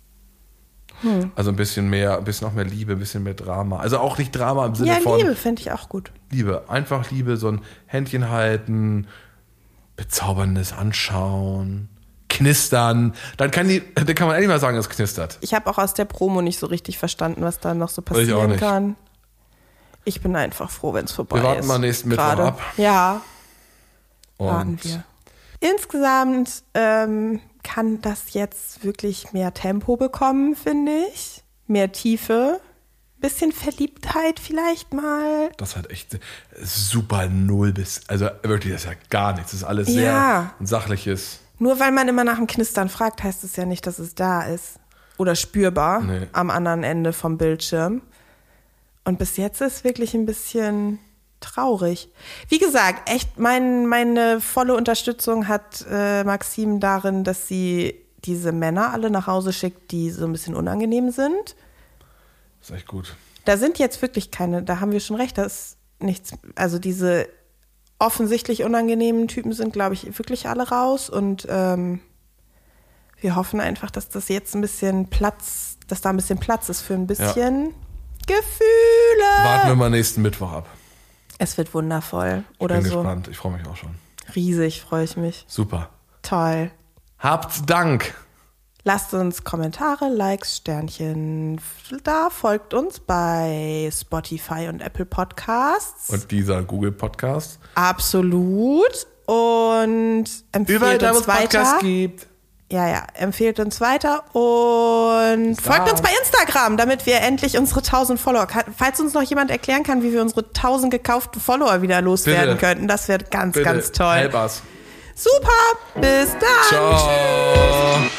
Speaker 2: Hm.
Speaker 1: Also ein bisschen mehr, ein bisschen noch mehr Liebe, ein bisschen mehr Drama. Also auch nicht Drama im Sinne
Speaker 2: Ja,
Speaker 1: von
Speaker 2: Liebe finde ich auch gut.
Speaker 1: Liebe. Einfach Liebe, so ein Händchen halten, bezauberndes Anschauen, knistern. Dann kann die, dann kann man endlich mal sagen, es knistert.
Speaker 2: Ich habe auch aus der Promo nicht so richtig verstanden, was da noch so
Speaker 1: Ich auch
Speaker 2: passieren
Speaker 1: nicht.
Speaker 2: kann. Ich bin einfach froh, wenn es vorbei ist.
Speaker 1: Wir warten mal nächsten Mittwoch
Speaker 2: Gerade.
Speaker 1: ab.
Speaker 2: Ja,
Speaker 1: Und
Speaker 2: warten wir. Insgesamt ähm, kann das jetzt wirklich mehr Tempo bekommen, finde ich. Mehr Tiefe. Bisschen Verliebtheit vielleicht mal.
Speaker 1: das hat echt super null bis, also wirklich, das ist ja gar nichts. Das ist alles
Speaker 2: Ja.
Speaker 1: sehr ein sachliches.
Speaker 2: Nur weil man immer nach dem Knistern fragt, heißt es ja nicht, dass es da ist. Oder spürbar
Speaker 1: Nee.
Speaker 2: am anderen Ende vom Bildschirm. Und bis jetzt ist wirklich ein bisschen traurig. Wie gesagt, echt mein, meine volle Unterstützung hat äh, Maxim darin, dass sie diese Männer alle nach Hause schickt, die so ein bisschen unangenehm sind.
Speaker 1: Das ist echt gut.
Speaker 2: Da sind jetzt wirklich keine, da haben wir schon recht, da ist nichts, also diese offensichtlich unangenehmen Typen sind, glaube ich, wirklich alle raus und ähm, wir hoffen einfach, dass das jetzt ein bisschen Platz, dass da ein bisschen Platz ist für ein bisschen Gefühle.
Speaker 1: Warten wir mal nächsten Mittwoch ab.
Speaker 2: Es wird wundervoll oder
Speaker 1: Bin
Speaker 2: so.
Speaker 1: gespannt. Ich freue mich auch schon.
Speaker 2: Riesig freue ich mich.
Speaker 1: Super.
Speaker 2: Toll.
Speaker 1: Habt Dank.
Speaker 2: Lasst uns Kommentare, Likes, Sternchen da. Folgt uns bei Spotify und Apple Podcasts.
Speaker 1: Und dieser Google Podcast.
Speaker 2: Absolut. Und empfehlt
Speaker 1: Überall da, wo
Speaker 2: uns
Speaker 1: es
Speaker 2: weiter.
Speaker 1: Podcasts gibt.
Speaker 2: Ja, ja, empfehlt uns weiter und
Speaker 1: Bis
Speaker 2: folgt
Speaker 1: dann.
Speaker 2: uns bei Instagram, damit wir endlich unsere tausend Follower, kann, falls uns noch jemand erklären kann, wie wir unsere tausend gekauften Follower wieder loswerden
Speaker 1: Bitte.
Speaker 2: könnten, das wäre ganz,
Speaker 1: Bitte,
Speaker 2: ganz toll.
Speaker 1: help us.
Speaker 2: Super, bis dann.
Speaker 1: Ciao.